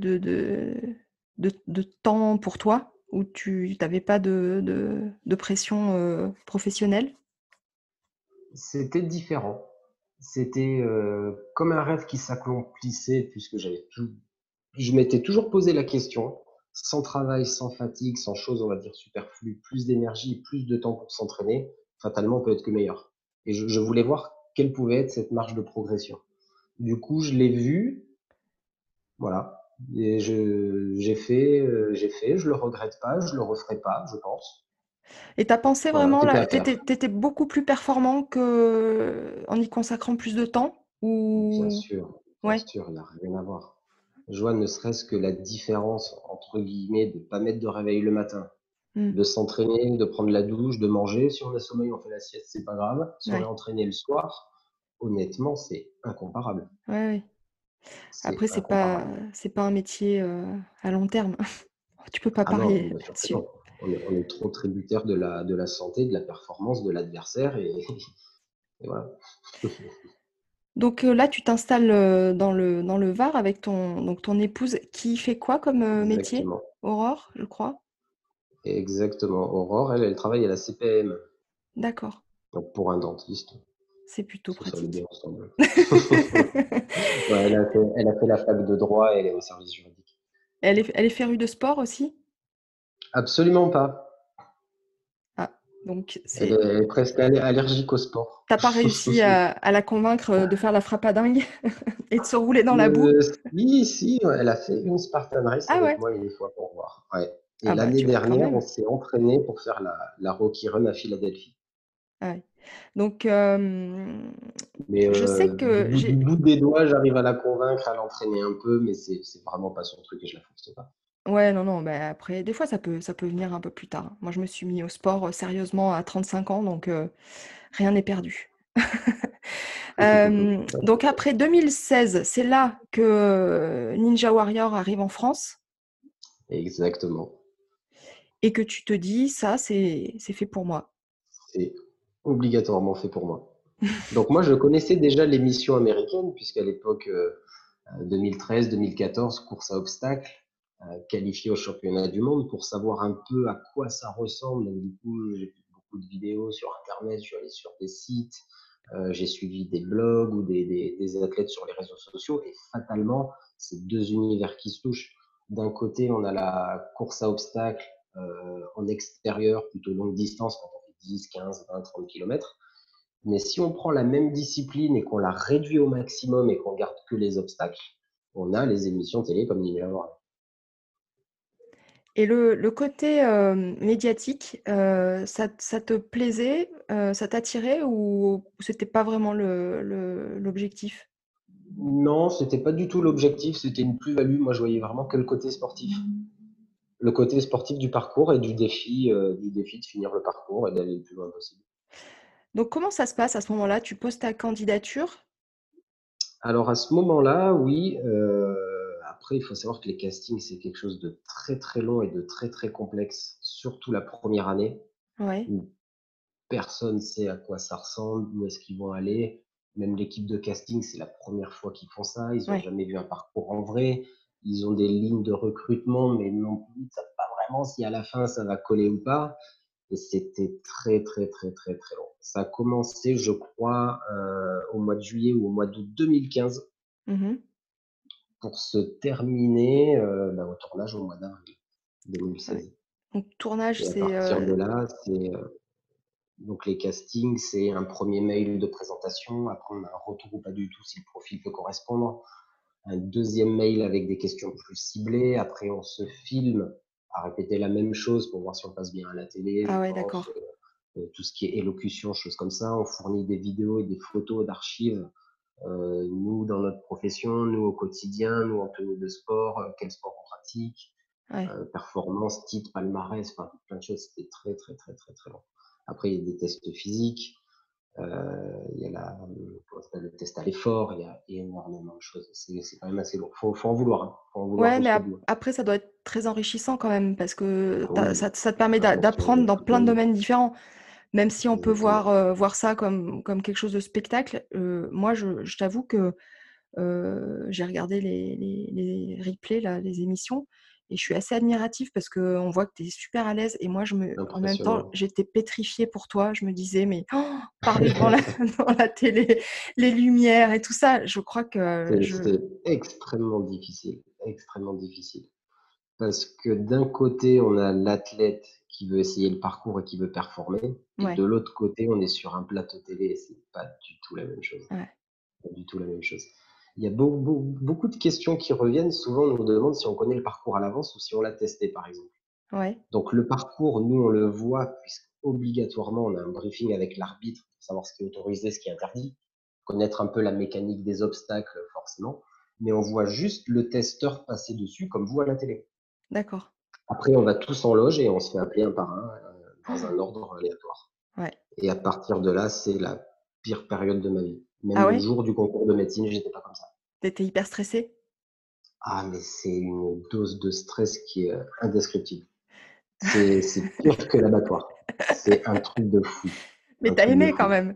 de temps pour toi, où tu n'avais pas de pression, professionnelle? C'était différent. C'était comme un rêve qui s'accomplissait puisque je m'étais toujours posé la question, sans travail, sans fatigue, sans choses, on va dire, superflues, plus d'énergie, plus de temps pour s'entraîner, fatalement, on peut être que meilleur. Et je voulais voir quelle pouvait être cette marge de progression. Du coup, je l'ai vu, voilà. Et j'ai fait, je le regrette pas, je le referai pas, je pense. Et tu as pensé Voilà, vraiment c'était là, à tu faire. étais beaucoup plus performant qu'en y consacrant plus de temps? Ou Bien ouais? sûr, il n'y a rien à voir. Je vois ne serait-ce que la différence entre guillemets de pas mettre de réveil le matin, Mmh. de s'entraîner, de prendre la douche, de manger. Si on a sommeil, on fait la sieste, c'est pas grave. Se Ouais. réentraîner le soir, honnêtement, c'est incomparable. Ouais, ouais. C'est Après incomparable. c'est pas un métier, à long terme. Tu peux pas Ah non, parier bien sûr que là-dessus. non. On est trop tributaire de la santé, de la performance de l'adversaire et voilà. Donc là, tu t'installes, dans le Var avec ton épouse qui fait quoi comme, métier? Exactement. Aurore, je crois? Exactement. Aurore, elle travaille à la CPM, D'accord, donc pour un dentiste, c'est plutôt si ça veut bien pratique. ensemble. Ouais, elle a fait la fac de droit et elle est au service juridique. Elle est férue de sport aussi? Absolument pas. Ah, donc Elle est presque allergique au sport. t'as pas réussi à la convaincre de faire la frappe à dingue et de se rouler dans la boue? Euh, si, si, ouais, elle a fait une Spartan Race Ah avec ouais? moi une fois pour voir. Ouais. Et Ah bah, l'année tu vois, quand dernière, on même. s'est entraîné pour faire la Rocky Run à Philadelphie. Ah ouais. Donc, Mais je sais que du j'ai bout des doigts, j'arrive à la convaincre, à l'entraîner un peu, mais c'est vraiment pas son truc et je la force pas. ouais, non, non, bah, après, des fois, ça peut venir un peu plus tard. Moi, je me suis mis au sport sérieusement à 35 ans, donc rien n'est perdu. Donc, après 2016, c'est là que Ninja Warrior arrive en France Exactement. et que tu te dis, ça, c'est fait pour moi. C'est obligatoirement fait pour moi. Donc moi, je connaissais déjà l'émission américaine, puisqu'à l'époque, 2013-2014, course à obstacles, qualifié au championnat du monde pour savoir un peu à quoi ça ressemble. Donc, du coup, j'ai vu beaucoup de vidéos sur Internet, je suis allé sur des sites, j'ai suivi des blogs ou des athlètes sur les réseaux sociaux et fatalement, c'est deux univers qui se touchent. D'un côté, on a la course à obstacles en extérieur, plutôt longue distance, quand on fait 10, 15, 20, 30 kilomètres. Mais si on prend la même discipline et qu'on la réduit au maximum et qu'on garde que les obstacles, on a les émissions télé comme Ninja Warrior. Et le côté médiatique, ça te plaisait, ça t'attirait ou c'était pas vraiment l'objectif? Non, c'était pas du tout l'objectif, c'était une plus-value. Moi, je voyais vraiment que le côté sportif. Le côté sportif du parcours et du défi de finir le parcours et d'aller le plus loin possible. Donc comment ça se passe à ce moment-là? Tu poses ta candidature? Alors à ce moment-là, oui. Après, il faut savoir que les castings, c'est quelque chose de très très long et de très très complexe, surtout la première année Ouais, où personne sait à quoi ça ressemble, où est-ce qu'ils vont aller. Même l'équipe de casting, c'est la première fois qu'ils font ça. Ils n'ont ouais. jamais vu un parcours en vrai. Ils ont des lignes de recrutement, mais non plus, ils ne savent pas vraiment si à la fin ça va coller ou pas. Et c'était très, très, très, très, très long. Ça a commencé, je crois, au mois de juillet ou au mois d'août 2015 Mmh. pour se terminer au tournage au mois d'avril Ouais. 2016. Donc tournage, Et à c'est, partir de là, c'est donc les castings, c'est un premier mail de présentation. Après, on a un retour ou pas du tout si le profil peut correspondre. Un deuxième mail avec des questions plus ciblées. Après, on se filme à répéter la même chose pour voir si on passe bien à la télé, ah je ouais, pense. d'accord. Tout ce qui est élocution, choses comme ça. On fournit des vidéos et des photos d'archives. Nous, dans notre profession, nous au quotidien, nous en tenue de sport, quel sport on pratique, Ouais. performance, titre, palmarès, enfin plein de choses. C'était très, très, très, très, très long. Après, il y a des tests physiques, il y a le test à l'effort, il y a énormément de choses. C'est quand même assez lourd. Faut en vouloir, hein. Faut en vouloir Ouais, mais jusqu'au bout. après ça doit être très enrichissant quand même parce que Ah tu oui, ça te permet ah, d'apprendre dans tout plein de gagné. domaines différents. Même si on peut Exactement. voir ça comme quelque chose de spectacle, moi je t'avoue que, j'ai regardé les replays là, les émissions et je suis assez admirative parce qu'on voit que tu es super à l'aise et moi en même temps, Impressionnant. j'étais pétrifiée pour toi. Je me disais: «Mais parler devant la devant la télé, les lumières et tout ça», je crois que C'est extrêmement difficile, extrêmement difficile. Parce que d'un côté, on a l'athlète qui veut essayer le parcours et qui veut performer, et de ouais, l'autre côté, on est sur un plateau télé et c'est pas du tout la même chose. ouais, Pas du tout la même chose. Il y a beaucoup de questions qui reviennent. Souvent, on nous demande si on connaît le parcours à l'avance ou si on l'a testé, par exemple. ouais, Donc, le parcours, nous, on le voit puisqu'obligatoirement, on a un briefing avec l'arbitre pour savoir ce qui est autorisé, ce qui est interdit, connaître un peu la mécanique des obstacles, forcément. Mais on voit juste le testeur passer dessus, comme vous à la télé. d'accord. Après, on va tous en loge et on se fait appeler un par un dans un ordre aléatoire. Ouais. Et à partir de là, c'est la pire période de ma vie. Ah Même le ouais? jour du concours de médecine, j'étais pas comme ça. Tu étais hyper stressée? Ah, mais c'est une dose de stress qui est indescriptible. C'est pire que l'abattoir. C'est un truc de fou. Mais Un tu as truc de aimé quand fou. même?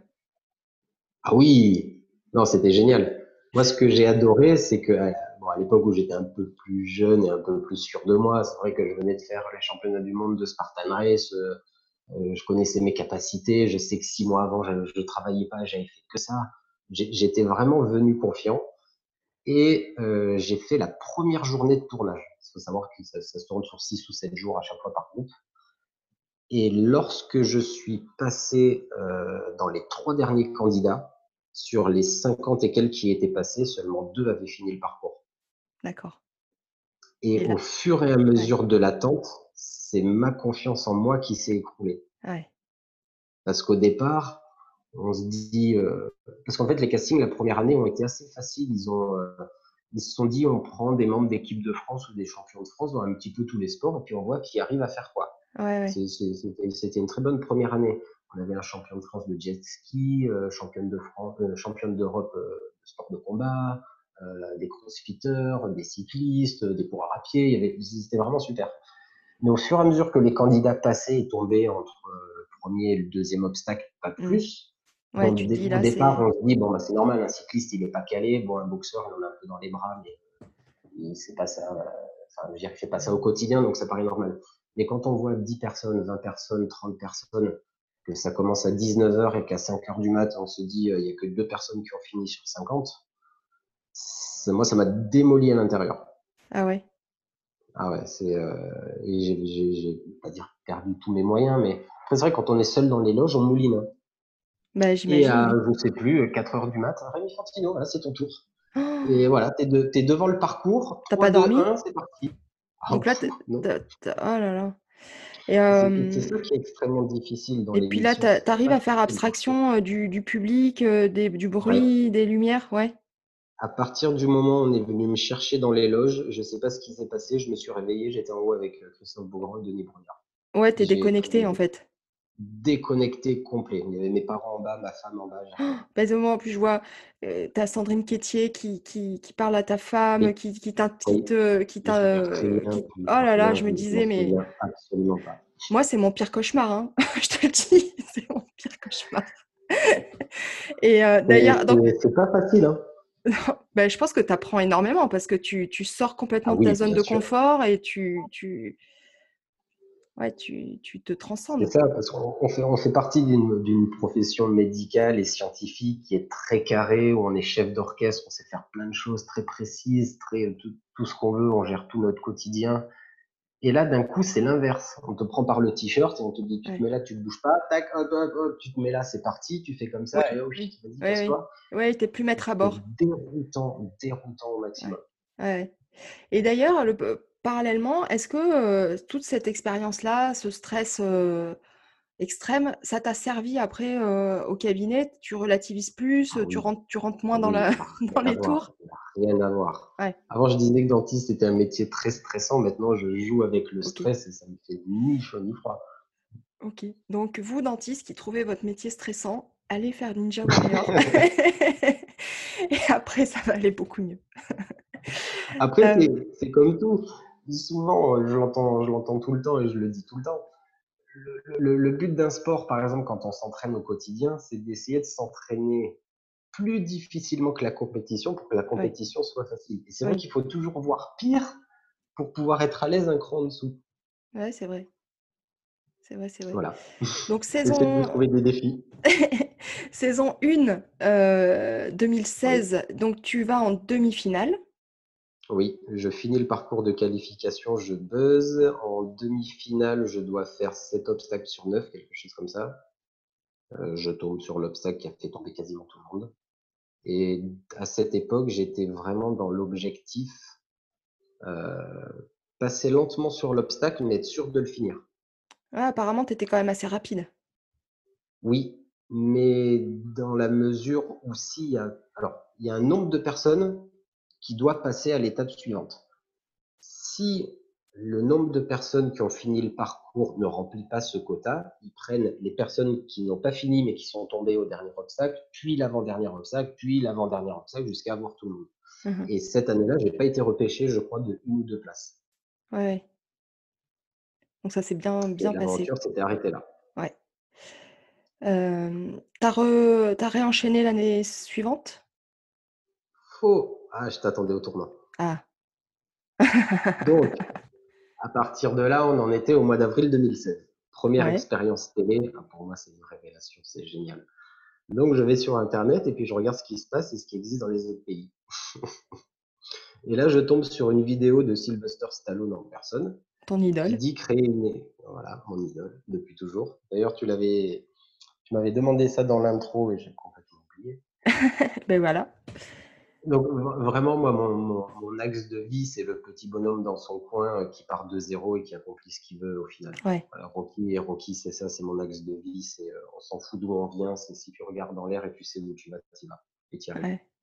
Ah oui! Non, c'était génial. Moi, ce que j'ai adoré, c'est que, bon, à l'époque où j'étais un peu plus jeune et un peu plus sûr de moi, c'est vrai que je venais de faire les championnats du monde de Spartan Race, je connaissais mes capacités, je sais que 6 mois avant, je travaillais pas, j'avais fait que ça. J'étais vraiment venu confiant. et j'ai fait la première journée de tournage. Il faut savoir que ça se tourne sur 6 ou 7 jours à chaque fois par groupe. Et lorsque je suis passé dans les 3 derniers candidats, sur les 50 et quelques qui étaient passés, seulement 2 avaient fini le parcours. D'accord. Et Et là au fur et à ouais, mesure de l'attente, c'est ma confiance en moi qui s'est écroulée. ouais. Parce qu'au départ, on se dit, parce qu'en fait, les castings la première année ont été assez faciles. Ils se sont dit, on prend des membres d'équipe de France ou des champions de France dans un petit peu tous les sports, et puis on voit qui arrive à faire quoi. Ouais, ouais. C'était une très bonne première année. On avait un champion de France de jet ski, championne d'Europe de sport de combat, des crossfitters, des cyclistes, des coureurs à pied. C'était vraiment super. Mais au fur et à mesure que les candidats passaient et tombaient entre le premier et le deuxième obstacle, pas Mmh. plus. Ouais, tu te dis Au là, départ, c'est on se dit, bon, bah, c'est normal, un cycliste, il est pas calé. Bon, un boxeur, il en a un peu dans les bras, mais c'est pas ça. Enfin, je veux dire, il fait pas ça au quotidien, donc ça paraît normal. Mais quand on voit 10 personnes, 20 personnes, 30 personnes, que ça commence à 19h et qu'à 5h du mat, on se dit, il y a que 2 personnes qui ont fini sur 50, moi, ça m'a démoli à l'intérieur. ah ouais? Ah ouais, et j'ai pas dire perdu tous mes moyens, mais après, c'est vrai, quand on est seul dans les loges, on mouline, hein. Bah, Et j'imagine, oui. je sais plus, 4h du mat, Rémi Fantino, voilà, c'est ton tour. Et Oh, voilà, t'es devant le parcours, tu 3, pas 2, dormi? 1, c'est parti. Ah, Donc là, non. oh là là et C'est ça qui est extrêmement difficile dans et puis là, l'émission, c'est tu que c'est arrives pas à faire facile parce que, abstraction, du public, du ouais, bruit, des lumières? Ouais? à partir du moment où on est venu me chercher dans les loges, je sais pas ce qui s'est passé, je me suis réveillé, j'étais en haut avec Christophe Beaugrand et Denis Brognard. Ouais, tu es J'ai déconnecté, en fait. déconnecté complet. Il y avait mes parents en bas, ma femme en bas, j'ai rien vu. Bah, en plus, je vois, tu Sandrine Quétier qui parle à ta femme, Oui, oui, je me souviens, oh là là, je me je m'en disais: «Mais souviens absolument pas. moi, c'est mon pire cauchemar, hein». Je te le dis, c'est mon pire cauchemar et d'ailleurs donc C'est pas facile, hein. bah, je pense que tu apprends énormément parce que tu sors Ah complètement de ta oui, zone bien de sûr. confort et tu te C'est transcendes, ça, quoi. parce on fait partie d'une profession médicale et scientifique qui est très carrée, où on est chef d'orchestre, on sait faire plein de choses très précises, tout ce qu'on veut, on gère tout notre quotidien. Et là, d'un coup, c'est l'inverse. On te prend par le t-shirt et on te dit, tu te Ouais. mets là, tu te bouges pas, tac, hop, hop, hop, tu te mets là, c'est parti, tu fais comme Oui, ça, et oh, oui. vas-y, Oui, oui. casse-toi. Ouais, tu es plus Et maître à c'est bord. déroutant, déroutant au Ouais. maximum. Ouais, ouais. Et d'ailleurs, parallèlement, est-ce que toute cette expérience-là, ce stress extrême, ça t'a servi après au cabinet? Tu relativises plus, Ah oui, tu rentres ah moins dans oui, la, ça n'a dans rien à les voir, tours? ça n'a rien à voir. Ouais, Avant, je disais que dentiste était un métier très stressant. Maintenant, je joue avec le ok, stress et ça me fait ni chaud ni froid. ok. Donc, vous, dentiste, qui trouvez votre métier stressant, allez faire Ninja Warrior. Et après, ça va aller beaucoup mieux. Après, Euh, c'est comme tout. Souvent, je l'entends tout le temps et je le dis tout le temps. Le but d'un sport, par exemple, quand on s'entraîne au quotidien, c'est d'essayer de s'entraîner plus difficilement que la compétition pour que la ouais, compétition soit facile. Et c'est vrai oui, qu'il faut toujours voir pire pour pouvoir être à l'aise un cran en dessous. ouais, c'est vrai, c'est vrai, c'est vrai. Voilà. Donc, J'essaie de me trouver des défis. saison 1, Oui. 2016, donc tu vas en demi-finale. Oui, je finis le parcours de qualification, je buzz. En demi-finale, je dois faire 7 obstacles sur 9, quelque chose comme ça. Je tombe sur l'obstacle qui a fait tomber quasiment tout le monde. Et à cette époque, j'étais vraiment dans l'objectif, passer lentement sur l'obstacle, mais être sûr de le finir. Ah, apparemment, tu étais quand même assez rapide. Oui, mais dans la mesure où il y a un nombre de personnes qui doit passer à l'étape suivante. Si le nombre de personnes qui ont fini le parcours ne remplit pas ce quota, ils prennent les personnes qui n'ont pas fini mais qui sont tombées au dernier obstacle, puis l'avant-dernier obstacle, puis l'avant-dernier obstacle jusqu'à avoir tout le monde. Mmh. Et cette année-là, j'ai pas été repêché, je crois, de une ou deux places. Ouais, ouais. Donc ça s'est bien Et bien passé. l'aventure s'était arrêtée là. Ouais. Tu réenchaîné l'année suivante? Faux. Ah, je t'attendais au tournant. Ah. Donc, à partir de là, on en était au mois d'avril 2016. Première Ouais. expérience télé. Ah, pour moi, c'est une révélation, c'est génial. Donc, je vais sur Internet et puis je regarde ce qui se passe et ce qui existe dans les autres pays. Et là, je tombe sur une vidéo de Sylvester Stallone en personne Ton qui idole. dit créer une voilà, mon idole depuis toujours. D'ailleurs, tu m'avais demandé ça dans l'intro et j'ai complètement oublié. Beh, voilà. Donc vraiment, moi, mon axe de vie, c'est le petit bonhomme dans son coin, qui part de zéro et qui accomplit ce qu'il veut au final. Ouais, Voilà, Rocky, c'est ça, c'est mon axe de vie, c'est, on s'en fout d'où on vient, c'est si tu regardes dans l'air et tu sais où tu vas, tu y vas et tu y arrives. ouais,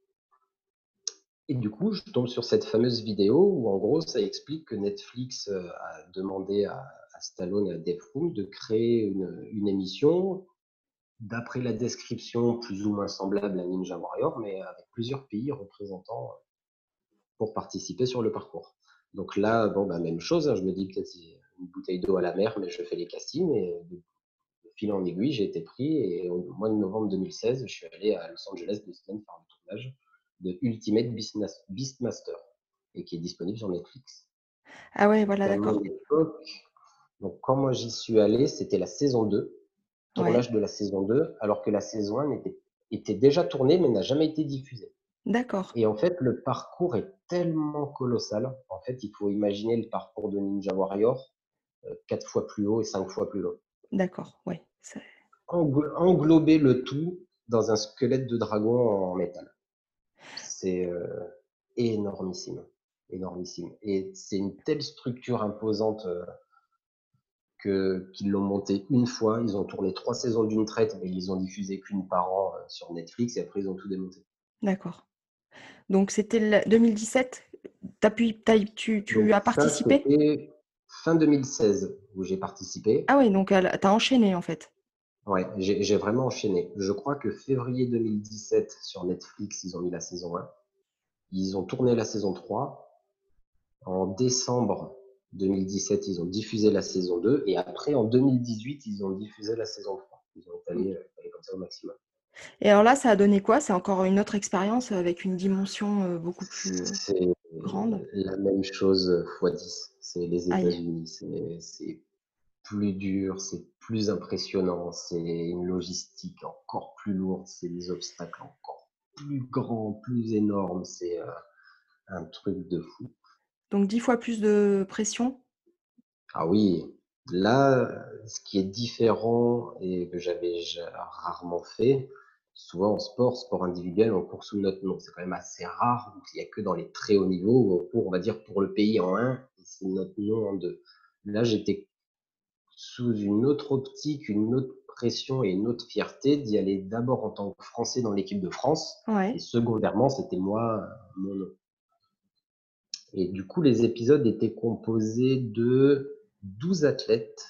Et du coup, je tombe sur cette fameuse vidéo où en gros, ça explique que Netflix, a demandé à Stallone et à Dave Froome de créer une émission d'après la description plus ou moins semblable à Ninja Warrior, mais avec plusieurs pays représentants pour participer sur le parcours. Donc là, bon, bah, même chose, hein, je me dis peut-être c'est une bouteille d'eau à la mer, mais je fais les castings et de fil en aiguille, j'ai été pris et au mois de novembre 2016, je suis allé à Los Angeles 2 semaines faire le tournage de Ultimate Beastmaster et qui est disponible sur Netflix. ah ouais, Donc voilà, à mon d'accord. époque, donc quand moi j'y suis allé, c'était la saison 2, Ouais, tournage de la saison 2, alors que la saison 1 était déjà tournée mais n'a jamais été diffusée. d'accord, Et en fait, le parcours est tellement colossal. En fait, il faut imaginer le parcours de Ninja Warrior 4 fois plus haut et 5 fois plus long. d'accord, ouais, c'est Englober le tout dans un squelette de dragon en métal. C'est énormissime, énormissime. Et c'est une telle structure imposante qu'ils l'ont monté une fois. Ils ont tourné 3 saisons d'une traite, mais ils ont diffusé qu'une par an sur Netflix et après ils ont tout démonté. d'accord. Donc c'était le 2017? Tu Donc as ça, participé? c'était fin 2016 où j'ai participé. Ah ouais, donc tu as enchaîné, en fait? Ouais, j'ai vraiment enchaîné. Je crois que février 2017 sur Netflix, ils ont mis la saison 1. Ils ont tourné la saison 3. En décembre 2017, ils ont diffusé la saison 2. Et après, en 2018, ils ont diffusé la saison 3. Ils ont OK. allé comme ça au maximum. Et alors là, ça a donné quoi? C'est encore une autre expérience avec une dimension, beaucoup plus, C'est grande? la même chose fois 10. C'est les Aïe, États-Unis. C'est plus dur, c'est plus impressionnant, c'est une logistique encore plus lourde, c'est des obstacles encore plus grands, plus énormes. C'est un truc de fou. donc 10 fois plus de pression? Ah oui, là, ce qui est différent et que j'avais rarement fait, souvent en sport individuel, on court sous notre nom. C'est quand même assez rare, donc il n'y a que dans les très hauts niveaux où on court, on va dire, pour le pays en un, et c'est notre nom en deux. Là, j'étais sous une autre optique, une autre pression et une autre fierté d'y aller d'abord en tant que Français dans l'équipe de France, et Ouais, secondairement, c'était moi, mon nom. Et du coup, les épisodes étaient composés de 12 athlètes,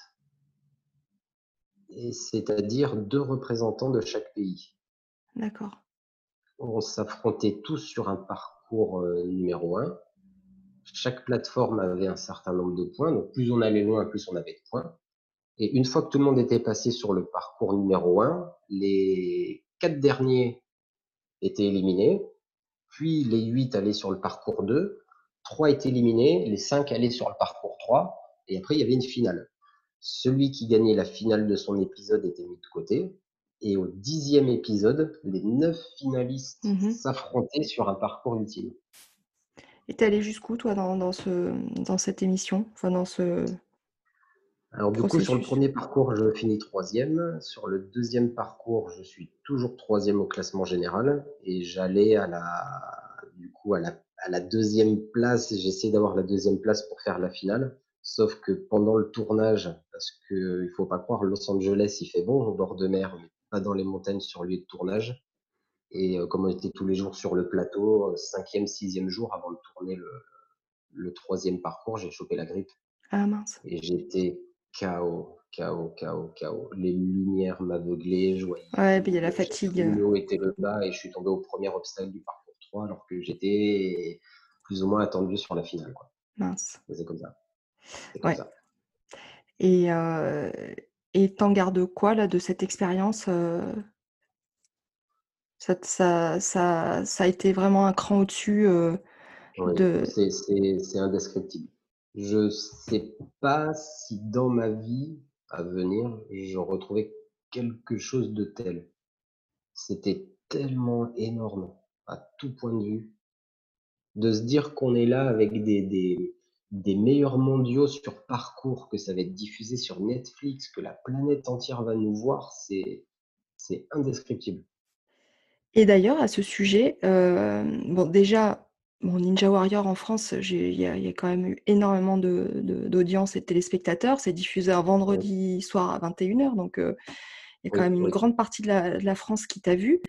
et c'est-à-dire 2 représentants de chaque pays. d'accord. On s'affrontait tous sur un parcours numéro 1. Chaque plateforme avait un certain nombre de points, donc plus on allait loin, plus on avait de points. Et une fois que tout le monde était passé sur le parcours numéro 1, les 4 derniers étaient éliminés, puis les 8 allaient sur le parcours 2, 3 étaient éliminés, les 5 allaient sur le parcours 3, et après il y avait une finale. Celui qui gagnait la finale de son épisode était mis de côté, et au 10e épisode, les 9 finalistes Mmh. s'affrontaient sur un parcours ultime. Et tu es allé jusqu'où toi dans cette émission? Enfin dans ce Alors du coup, sur le processus? premier parcours, je finis troisième. Sur le deuxième parcours, je suis toujours troisième au classement général et j'allais du coup, à la deuxième place. J'essaie d'avoir la deuxième place pour faire la finale. Sauf que pendant le tournage, parce que il faut pas croire, Los Angeles, il fait bon au bord de mer, mais pas dans les montagnes sur le lieu de tournage. Et comme on était tous les jours sur le plateau, cinquième, sixième jour avant de tourner le troisième parcours, j'ai chopé la grippe. Ah mince. Et j'étais KO, KO, KO, KO. Les lumières m'aveuglaient, je voyais Ouais, puis il y a la flou, je savais fatigue, plus le haut était le bas et je suis tombé au premier obstacle du parcours 3 alors que j'étais plus ou moins attendu sur la finale, quoi. mince. Mais c'est comme ça, c'est comme Ouais. ça. Et et tu en gardes quoi là de cette expérience, ça a été vraiment un cran au-dessus, Oui, de c'est indescriptible. Je sais pas si dans ma vie à venir, je retrouvais quelque chose de tel. C'était tellement énorme à tout point de vue. De se dire qu'on est là avec des meilleurs mondiaux sur parcours, que ça va être diffusé sur Netflix, que la planète entière va nous voir, c'est indescriptible. Et d'ailleurs, à ce sujet, bon déjà, bon Ninja Warrior en France, il y a quand même eu énormément d'audience et de téléspectateurs. C'est diffusé un Ouais, vendredi soir à 21h, donc il y a quand oui, même une oui. grande partie de la France qui t'a vu.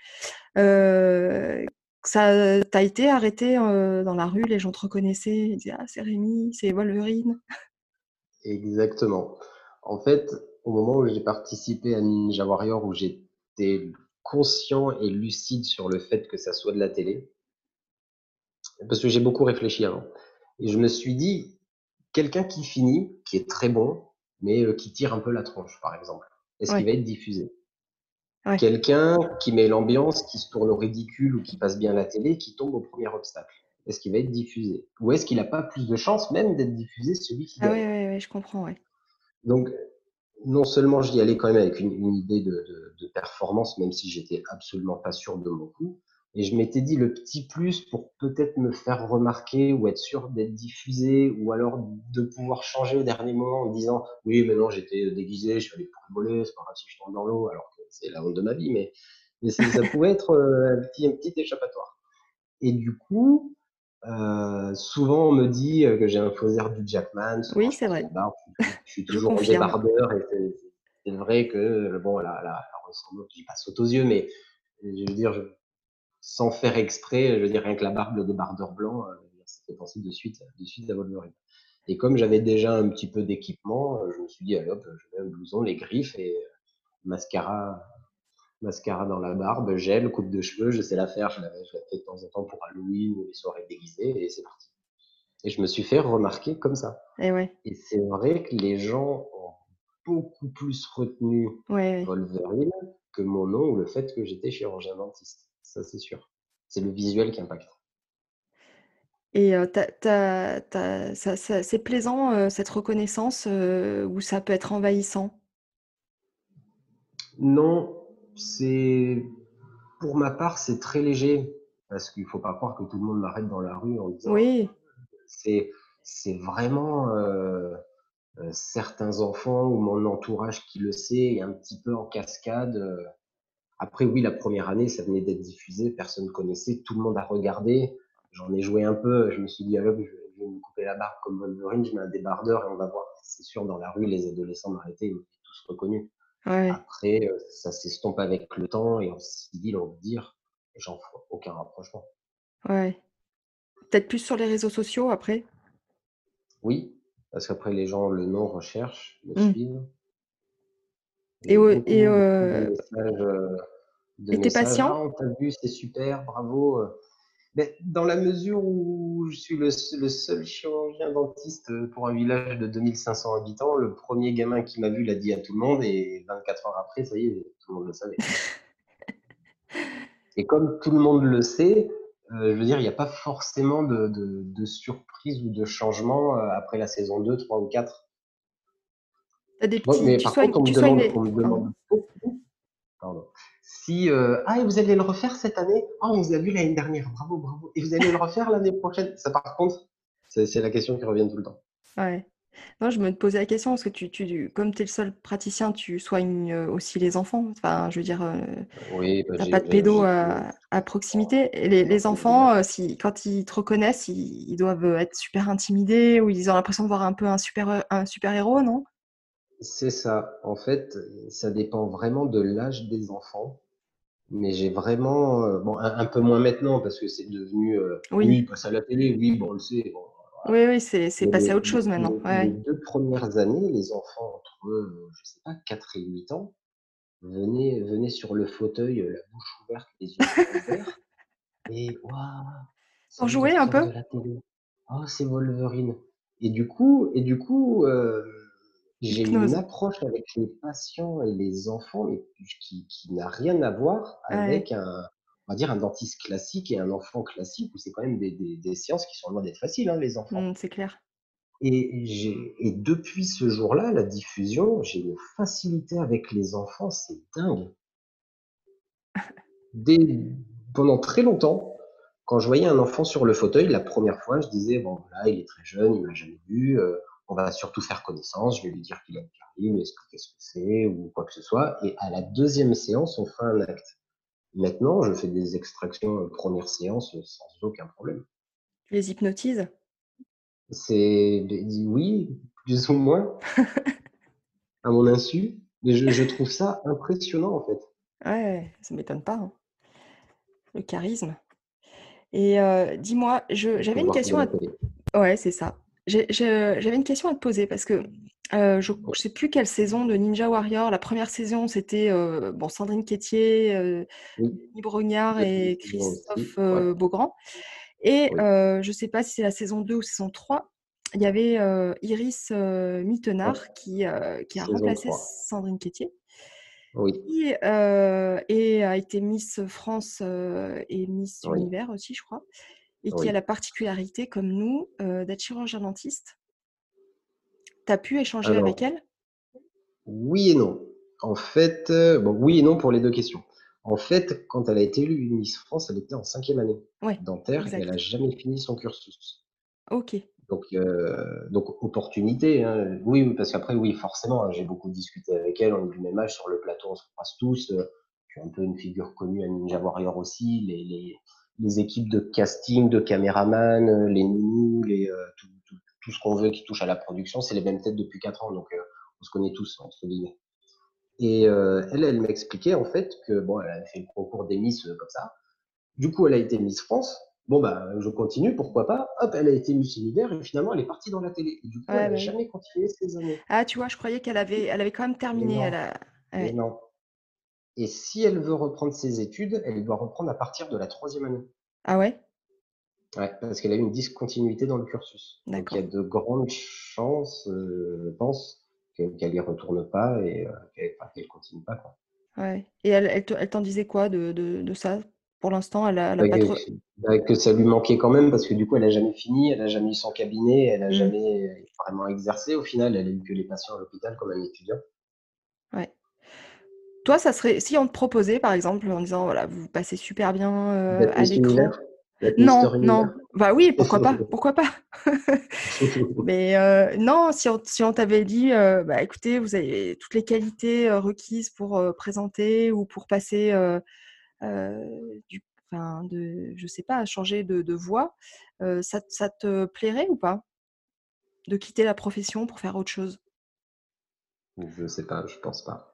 Heu, ça tu été arrêté, dans la rue, les gens te reconnaissaient, ils disaient: «Ah, c'est Rémi, c'est Wolverine». Exactement. En fait, au moment où j'ai participé à Ninja Warrior, où j'étais conscient et lucide sur le fait que ça soit de la télé, parce que j'ai beaucoup réfléchi avant et je me suis dit: «Quelqu'un qui finit, qui est très bon, mais qui tire un peu la tronche, par exemple, est-ce qu'il Ouais, va être diffusé?» ouais. Quelqu'un qui met l'ambiance, qui se tourne au ridicule ou qui passe bien la télé, qui tombe au premier obstacle, est-ce qu'il va être diffusé? Ou est-ce qu'il a pas plus de chances même d'être diffusé, celui qui Ah gagne? ouais, ouais, ouais, je comprends, ouais. Donc non seulement j'y allais quand même avec une idée de performance, même si j'étais absolument pas sûr de mon coup. Et je m'étais dit le petit plus pour peut-être me faire remarquer ou être sûr d'être diffusé ou alors de pouvoir changer au dernier moment en disant oui, mais non, j'étais déguisé, je suis allé pour rigoler, c'est pas grave si je tombe dans l'eau, alors que c'est la honte de ma vie, mais ça pouvait être un petit échappatoire. Et du coup, souvent on me dit que j'ai un faux air du Jackman, souvent Oui, je c'est porte la vrai, barbe, je suis je toujours en confirme. débardeur et c'est vrai que bon la ressemblance, je dis pas saute aux yeux, mais je veux dire, sans faire exprès, je veux dire rien que la barbe, le débardeur blanc, ça fait penser de suite à Wolverine. Et comme j'avais déjà un petit peu d'équipement, je me suis dit allez hop, je mets un blouson, les griffes et mascara mascara dans la barbe, gel, coupe de cheveux, je sais la faire, je la fais de temps en temps pour Halloween ou les soirées déguisées et c'est parti. Et je me suis fait remarquer comme ça. Et ouais, Et c'est vrai que les gens ont beaucoup plus retenu ouais, ouais. Wolverine que mon nom ou le fait que j'étais chirurgien dentiste. Ça, c'est sûr. C'est le visuel qui impacte. Et tu as ça c'est plaisant, cette reconnaissance, ou ça peut être envahissant? Non, c'est pour ma part, c'est très léger parce qu'il faut pas croire que tout le monde m'arrête dans la rue en disant Oui. c'est c'est vraiment certains enfants ou mon entourage qui le sait et un petit peu en cascade. Après, oui, la première année, ça venait d'être diffusé, personne ne connaissait, tout le monde a regardé. J'en ai joué un peu, je me suis dit, allez, je vais me couper la barbe comme Wolverine, je mets un débardeur et on va voir. C'est sûr, dans la rue, les adolescents m'arrêtaient, ils m'ont tous reconnu. Ouais, ouais, Après, ça s'estompe avec le temps et en civil, on va dire, j'en ferai aucun rapprochement. ouais. Peut-être plus sur les réseaux sociaux après? Oui, parce qu'après, les gens le nom recherchent, me Mmh. suivent. Et J'ai ouais beaucoup, beaucoup de et tes messages. patients? Ah, on t'a vu, c'est super, bravo. Mais dans la mesure où je suis le seul chirurgien dentiste pour un village de 2500 habitants, le premier gamin qui m'a vu l'a dit à tout le monde et 24 heures après, ça y est, tout le monde le savait. Et comme tout le monde le sait, je veux dire, il n'y a pas forcément de surprise ou de changement après la saison 2, 3 ou 4. Tu as des Bon, petits mais par contre, tu soignes les on me pardon. demande beaucoup, pardon, si ah, et vous allez le refaire cette année? Ah, on vous a vu l'année dernière, bravo, bravo. Et vous allez le refaire l'année prochaine? Ça, par contre, c'est la question qui revient tout le temps. Ouais. Non, je me posais la question parce que comme tu es le seul praticien, tu soignes, aussi les enfants. Enfin, je veux dire, Oui, bah, tu pas de pédo à proximité et les enfants, si quand ils te reconnaissent, ils doivent, être super intimidés ou ils ont l'impression de voir un peu un super héros, non? c'est ça. En fait, ça dépend vraiment de l'âge des enfants, mais j'ai vraiment, bon, un peu moins maintenant parce que c'est devenu, oui, Oui. il passe à la télé, oui, bon, on le sait, bon, voilà. Oui, oui, c'est Mais passé à les autre chose les maintenant. les Ouais, les ouais. 2 premières années, les enfants entre, je sais pas, 4 et 8 ans venaient sur le fauteuil, la bouche ouverte, les yeux grands ouverts et waouh! Pour Ça y est, il jouer un ressort peu? de la télé. Oh, c'est Wolverine. Et du coup, j'ai une Hypnose. approche avec les patients et les enfants, mais qui n'a rien à voir Ouais. avec on va dire un dentiste classique et un enfant classique où c'est quand même des séances qui sont loin d'être faciles, hein, les enfants. Mmh, c'est clair. Et depuis ce jour-là, la diffusion, j'ai une facilité avec les enfants, c'est dingue. Dès Pendant très longtemps, quand je voyais un enfant sur le fauteuil, la première fois, je disais, bon, voilà, il est très jeune, il m'a jamais vu, on va surtout faire connaissance, je vais lui dire qu'il a une carie, lui expliquer ce que c'est ou quoi que ce soit. Et à la deuxième séance, on fait un acte. Maintenant, je fais des extractions première séance sans aucun problème. Tu les hypnotises? C'est, oui, plus ou moins, à mon insu, mais je trouve ça impressionnant, en fait. Ouais, ça m'étonne pas, hein, le charisme. Et dis-moi, Il j'avais faut une voir que de question la à télé. ouais, c'est ça. J'avais une question à te poser parce que, je sais plus quelle saison de Ninja Warrior, la première saison, c'était, bon, Sandrine Quétier, Oui, Denis Brognard deuxième et saison Christophe, aussi, ouais, Beaugrand et oui, je sais pas si c'est la saison 2 ou saison 3, il y avait, Iris, ouais, Mittenard qui a saison remplacé 3. Sandrine Quétier, Oui, qui, et a été Miss France, et Miss oui, Univers aussi, je crois, et qui a oui. la particularité, comme nous, d'être chirurgien dentiste. Tu as pu échanger avec Alors, elle? oui et non. En fait, bon, oui et non pour les 2 questions. En fait, quand elle a été élue Miss France, elle était en 5e année Ouais, dentaire et elle a exact. jamais fini son cursus. OK. Donc opportunité, hein. Oui, oui, parce qu'après, oui, forcément, hein, j'ai beaucoup discuté avec elle, on est du même âge, sur le plateau, on se croise tous, je suis un peu une figure connue à Ninja Warrior aussi, les équipes de casting, de caméraman, les nounous, tout ce qu'on veut qui touche à la production, c'est les mêmes têtes depuis 4 ans, donc on se connaît tous, entre guillemets. Et elle m'expliquait en fait que bon, elle avait fait le concours des Miss comme ça. Du coup, elle a été Miss France. Bon, bah, je continue, pourquoi pas. Hop, elle a été Miss Univers et finalement, elle est partie dans la télé. Et du coup, elle Ouais, n'a bah, oui. jamais continué ses années. Ah, tu vois, je croyais elle avait quand même Mais terminé, non, mais ouais. non. Et si elle veut reprendre ses études, elle doit reprendre à partir de la 3e année. Ah ouais? Ouais, parce qu'elle a eu une discontinuité dans le cursus. Donc, il y D'accord. a de grandes chances, je pense, qu'elle y retourne pas et qu'elle continue pas, quoi. Ouais, et elle t'en disait quoi de ça? Pour l'instant, elle a Bah, pas trop que ça lui manquait quand même parce que du coup, elle a jamais fini, elle a jamais eu son cabinet, elle a mmh, jamais vraiment exercé au final. Elle a eu que les patients à l'hôpital comme un étudiant. ouais. Toi, ça serait si on te proposait, par exemple, en disant: «Voilà, vous passez super bien, D'être à Miss Univers, l'écran». d'être Mister Non, Univers. non, bah, oui, pourquoi pas, pourquoi pas? Mais non, si on t'avait dit, bah, écoutez, vous avez toutes les qualités, requises pour, présenter ou pour passer, du enfin de je sais pas, changer de voie, ça te plairait ou pas? De quitter la profession pour faire autre chose? Je sais pas, je pense pas.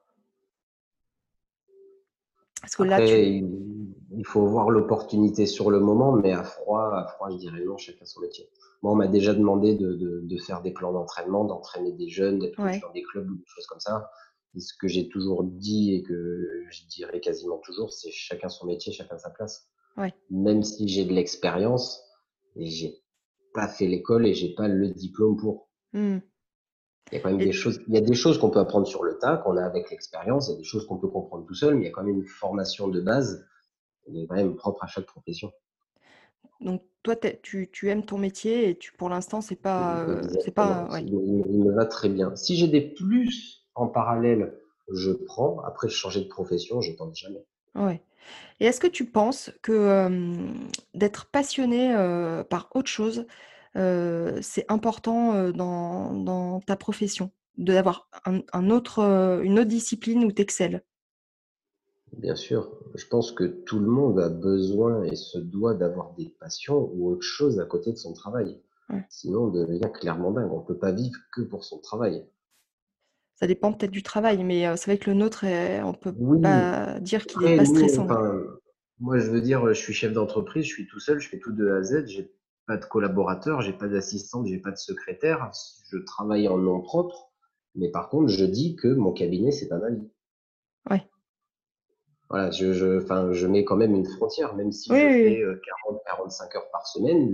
Parce que là Après, tu il faut voir l'opportunité sur le moment, mais à froid, je dirais non, chacun son métier. Moi, on m'a déjà demandé de faire des plans d'entraînement, d'entraîner des jeunes, d'être coach ouais, dans des clubs ou des choses comme ça. Et ce que j'ai toujours dit et que je dirais quasiment toujours, c'est chacun son métier, chacun sa place. ouais. Même si j'ai de l'expérience, et j'ai pas fait l'école et j'ai pas le diplôme pour. Mmh Il y a quand même et il y a des choses qu'on peut apprendre sur le tas, qu'on a avec l'expérience, il y a des choses qu'on peut comprendre tout seul, mais il y a quand même une formation de base qui est quand même propre à chaque profession. donc toi tu aimes ton métier et tu pour l'instant c'est Exactement. pas ouais, Il me va très bien. Si j'ai des plus en parallèle, je prends. Après, changer de profession, je tente jamais. ouais. Et est-ce que tu penses que, d'être passionné, par autre chose, c'est important, dans ta profession? D'avoir un autre, une autre discipline où tu excelles? Bien sûr, je pense que tout le monde a besoin et se doit d'avoir des passions ou autre chose à côté de son travail. Ouais. Sinon, on devient clairement dingue. On peut pas vivre que pour son travail. Ça dépend peut-être du travail, mais c'est vrai que le nôtre est on peut Oui, pas dire qu'il est après pas nous, stressant, ouais. enfin, moi je veux dire, je suis chef d'entreprise, je suis tout seul, je fais tout de A à Z, j'ai pas de collaborateurs, j'ai pas d'assistante, j'ai pas de secrétaire, je travaille en nom propre, mais par contre, je dis que mon cabinet, c'est pas ma vie. Ouais. Voilà, enfin, je mets quand même une frontière, même si Oui, je oui, fais oui. 40-45 heures par semaine,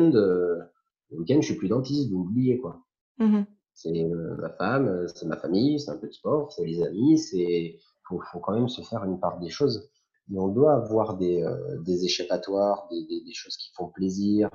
le week-end, je suis plus dentiste, vous m'oubliez quoi. Mmh. C'est ma femme, c'est ma famille, c'est un peu de sport, c'est les amis, faut quand même se faire une part des choses. Et on doit avoir des échappatoires, des choses qui font plaisir,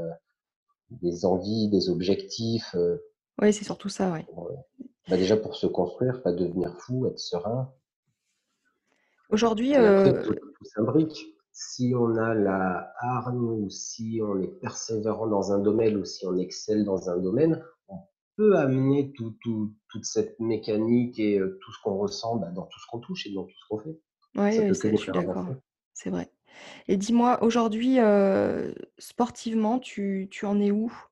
des envies, des objectifs, Ouais, c'est surtout ça, ouais. pour, bah, déjà pour se construire, pas devenir fou, être serein. Aujourd'hui, Et après tout s'imbrique. si on a la hargne ou si on est persévérant dans un domaine ou si on excelle dans un domaine, on peut amener toute cette mécanique et tout ce qu'on ressent dans tout ce qu'on touche et dans tout ce qu'on fait. Ouais, Ça ouais, peut que ça, je nous suis faire d'accord. avancer. C'est vrai. Et dis-moi, aujourd'hui, sportivement, tu en es où?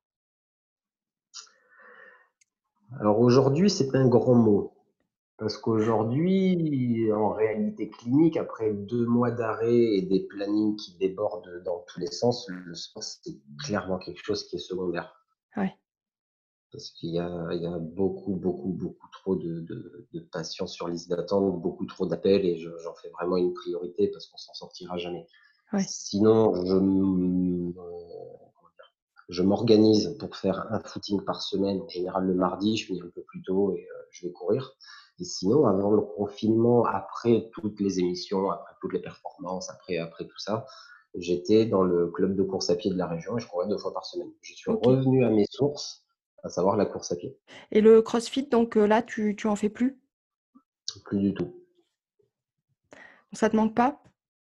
Alors aujourd'hui, c'est un grand mot. Parce qu'aujourd'hui, en réalité clinique, après 2 mois d'arrêt et des plannings qui débordent dans tous les sens, le sport, c'est clairement quelque chose qui est secondaire. Ouais, Parce qu'il y a beaucoup trop de patients sur liste d'attente, beaucoup trop d'appels et j'en fais vraiment une priorité parce qu'on s'en sortira jamais. ouais, Sinon, je m'organise pour faire un footing par semaine. En général, le mardi, je finis un peu plus tôt et je vais courir. Et sinon, avant le confinement, après toutes les émissions, après toutes les performances, après tout ça, j'étais dans le club de course à pied de la région et je courais 2 fois par semaine. Je suis OK. revenu à mes sources, à savoir la course à pied. Et le CrossFit, donc là, tu en fais plus? Plus du tout. Ça te manque pas?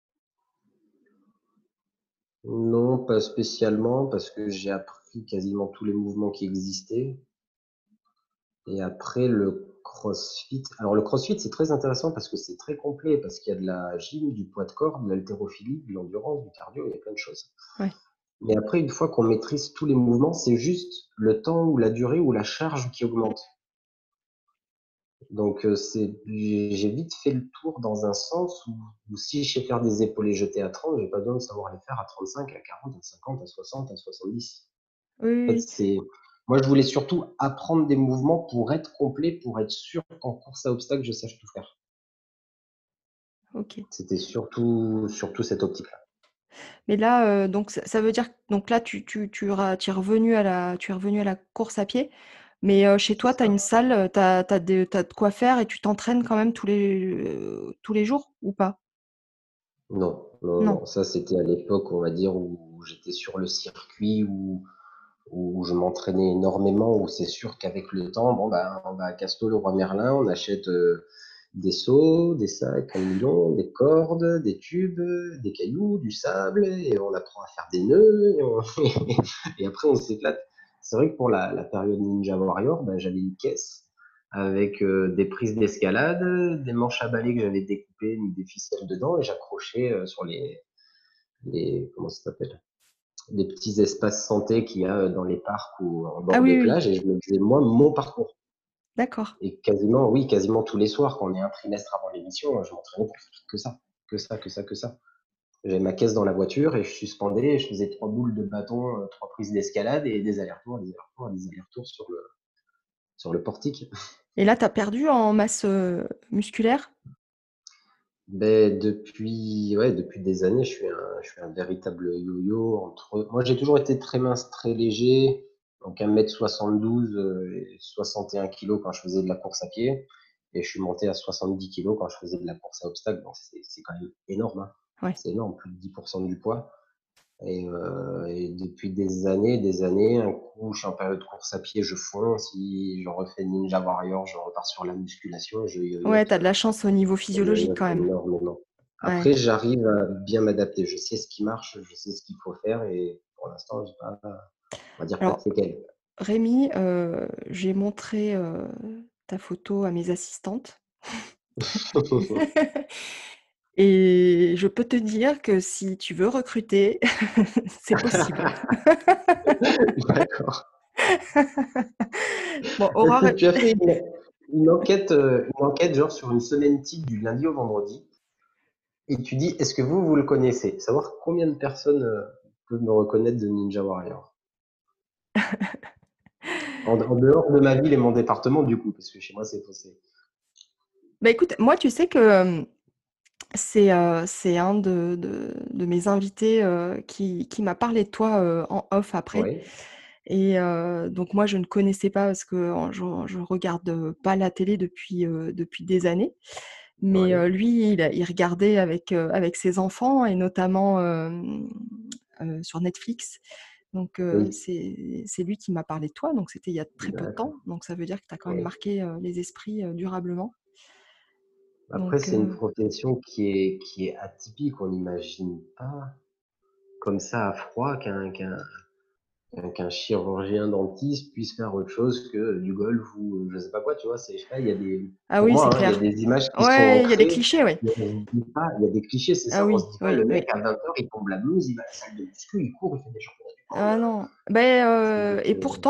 Non, pas spécialement, parce que j'ai appris quasiment tous les mouvements qui existaient. Et après le crossfit, alors le crossfit, c'est très intéressant parce que c'est très complet, parce qu'il y a de la gym, du poids de corps, de l'haltérophilie, de l'endurance, du cardio, il y a plein de choses. Ouais, Mais après, une fois qu'on maîtrise tous les mouvements, c'est juste le temps ou la durée ou la charge qui mmh, augmente. Donc, j'ai vite fait le tour dans un sens où si je sais faire des épaulés jetés à 30, j'ai pas besoin de savoir les faire à 35, à 40, à 50, à 60, à 70. oui, oui, En fait, oui. c'est moi, je voulais surtout apprendre des mouvements pour être complet, pour être sûr qu'en course à obstacles, je sache tout faire. OK. C'était surtout cette optique-là. Mais là, donc ça veut dire donc là, tu es revenu à la course à pied, mais chez C'est toi, tu as ça. une salle, tu as de quoi faire et tu t'entraînes quand même tous les jours ou pas? Non, non, Non. non, ça, c'était à l'époque, on va dire, où j'étais sur le circuit, où je m'entraînais énormément, où c'est sûr qu'avec le temps, bon, bah, on va à Casto le Roi Merlin, on achète, des seaux, des sacs en nylon, des cordes, des tubes, des cailloux, du sable et on apprend à faire des nœuds et on et après on s'éclate. C'est vrai que pour la période Ninja Warrior, bah, j'avais une caisse avec, des prises d'escalade, des manches à balai que j'avais découpées, mis des ficelles dedans et j'accrochais, sur les comment ça s'appelle? Les petits espaces santé qu'il y a dans les parcs ou en Ah bord de oui, oui, plage et je me faisais moi mon parcours. d'accord. Et quasiment, oui, quasiment tous les soirs, quand on est un trimestre avant l'émission, je m'entraînais pour faire que ça, que ça, que ça, que ça. J'avais ma caisse dans la voiture et je suspendais et je faisais 3 boules de bâton, 3 prises d'escalade et des allers-retours, des allers-retours, des allers-retours sur le portique. Et là, tu as perdu en masse, musculaire? Ben, depuis des années, je suis un véritable yo-yo entre. Moi, j'ai toujours été très mince, très léger, donc 1,72 m et 61 kilos quand je faisais de la course à pied. Et je suis monté à 70 kilos quand je faisais de la course à obstacles. Donc, c'est quand même énorme, hein. Ouais. C'est énorme, plus de 10% du poids. Et depuis des années, un coup, je suis en période course à pied, je fonds. Si je refais Ninja Warrior, je repars sur la musculation, je Ouais, tu yoyote as de la chance au niveau physiologique quand même. énormément. Ouais. Après, j'arrive à bien m'adapter. Je sais ce qui marche, je sais ce qu'il faut faire et pour l'instant, j'ai pas, on va dire, pas de Alors séquelles. Rémi, j'ai montré, ta photo à mes assistantes. Et je peux te dire que si tu veux recruter, c'est possible. D'accord. Bon, Est-ce Aurore que tu as fait une enquête genre sur une semaine type du lundi au vendredi et tu dis, est-ce que vous le connaissez? Savoir combien de personnes peuvent me reconnaître de Ninja Warrior. En dehors de ma ville et mon département, du coup, parce que chez moi, c'est fossé. bah, écoute, moi, tu sais que, c'est un de mes invités, qui m'a parlé de toi, en off après. Ouais, Et donc moi, je ne connaissais pas parce que je regarde, pas la télé depuis des années. Mais ouais, lui, il regardait avec ses enfants et notamment, sur Netflix. Donc oui, c'est lui qui m'a parlé de toi, donc c'était il y a très peu de d'accord, temps. Donc ça veut dire que tu as quand même oui. marqué, les esprits, durablement. Après, Donc, c'est une profession qui est atypique. On n'imagine pas comme ça à froid qu'un chirurgien dentiste puisse faire autre chose que du golf ou je sais pas quoi, tu vois. Je sais pas, ah pour oui, c'est moi, hein, il y a clair. des images qui sont Ouais, il y a des ancrées, clichés, oui. et on se dit pas, il y a des clichés, c'est Ah ça, on se oui, dit pas, oui, le mec oui. à 20h, il tombe la blouse, il va à la salle de muscu, il court, il fait des championnats du monde. Ah non. Ben, C'est-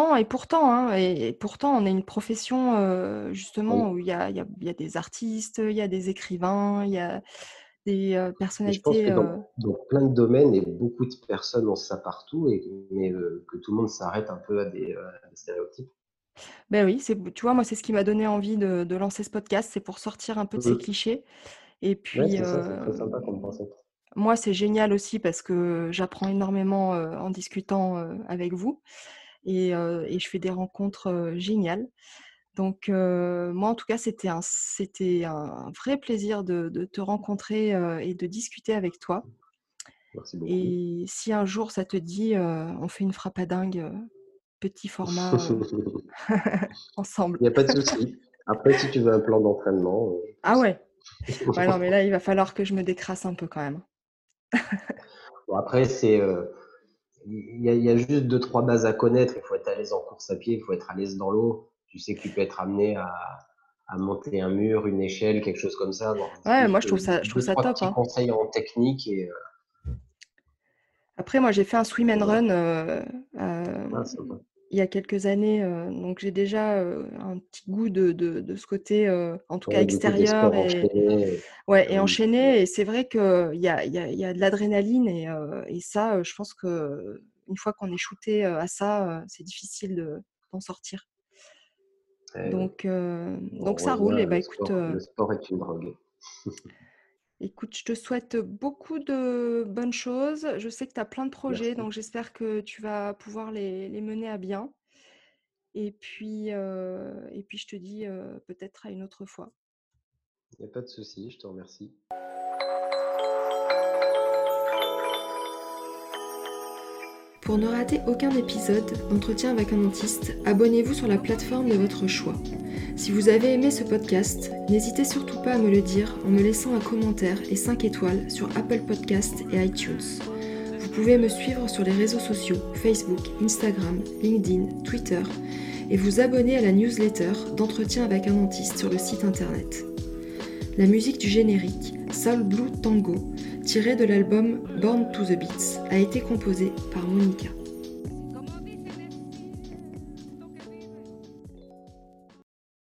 et pourtant, on est une profession Oui. justement où il y a des artistes, il y a des écrivains, il y a des Et je pense personnalités. que dans plein de domaines, et beaucoup de personnes ont ça partout, mais que tout le monde s'arrête un peu à des stéréotypes. Ben oui, tu vois, moi, c'est ce qui m'a donné envie de lancer ce podcast, c'est pour sortir un peu de ces Mm. clichés. Et Ouais, puis, c'est ça, c'est très sympa comme concept. moi, c'est génial aussi parce que j'apprends énormément en discutant avec vous et je fais des rencontres géniales. Donc, moi, en tout cas, c'était un vrai plaisir de te rencontrer et de discuter avec toi. Merci beaucoup. Et si un jour ça te dit, on fait une frappadingue petit format ensemble. Il n'y a pas de souci. Après, si tu veux un plan d'entraînement, je peux Ah aussi. ouais? Ouais, non, mais là, il va falloir que je me décrasse un peu quand même. Bon, après, il y a juste deux, trois bases à connaître. Il faut être à l'aise en course à pied, il faut être à l'aise dans l'eau. Tu sais que tu peux être amené à monter un mur, une échelle, quelque chose comme ça. Bon, Ouais, moi, juste je trouve ça trois top, petits hein. conseils en technique et Après, moi, j'ai fait un swim and voilà. run, Ah, sympa. il y a quelques années, donc j'ai déjà, un petit goût de ce côté, en tout cas Ouais, du coup, des extérieur sports et enchaînés. ouais et Oui. enchaîné et c'est vrai qu'il y a de l'adrénaline et ça, je pense qu'une fois qu'on est shooté, à ça, c'est difficile d'en sortir. Oui. Donc On ça voit roule bien, et bah, écoute, le sport est une drogue. je te souhaite beaucoup de bonnes choses. Je sais que tu as plein de projets, Merci. donc j'espère que tu vas pouvoir les mener à bien. Et puis je te dis, peut-être à une autre fois. Il n'y a pas de souci, je te remercie. Pour ne rater aucun épisode d'Entretien avec un dentiste, abonnez-vous sur la plateforme de votre choix. Si vous avez aimé ce podcast, n'hésitez surtout pas à me le dire en me laissant un commentaire et 5 étoiles sur Apple Podcasts et iTunes. Vous pouvez me suivre sur les réseaux sociaux Facebook, Instagram, LinkedIn, Twitter et vous abonner à la newsletter d'Entretien avec un dentiste sur le site internet. La musique du générique, Soul Blue Tango, tirée de l'album Born to the Beats, a été composée par Monica.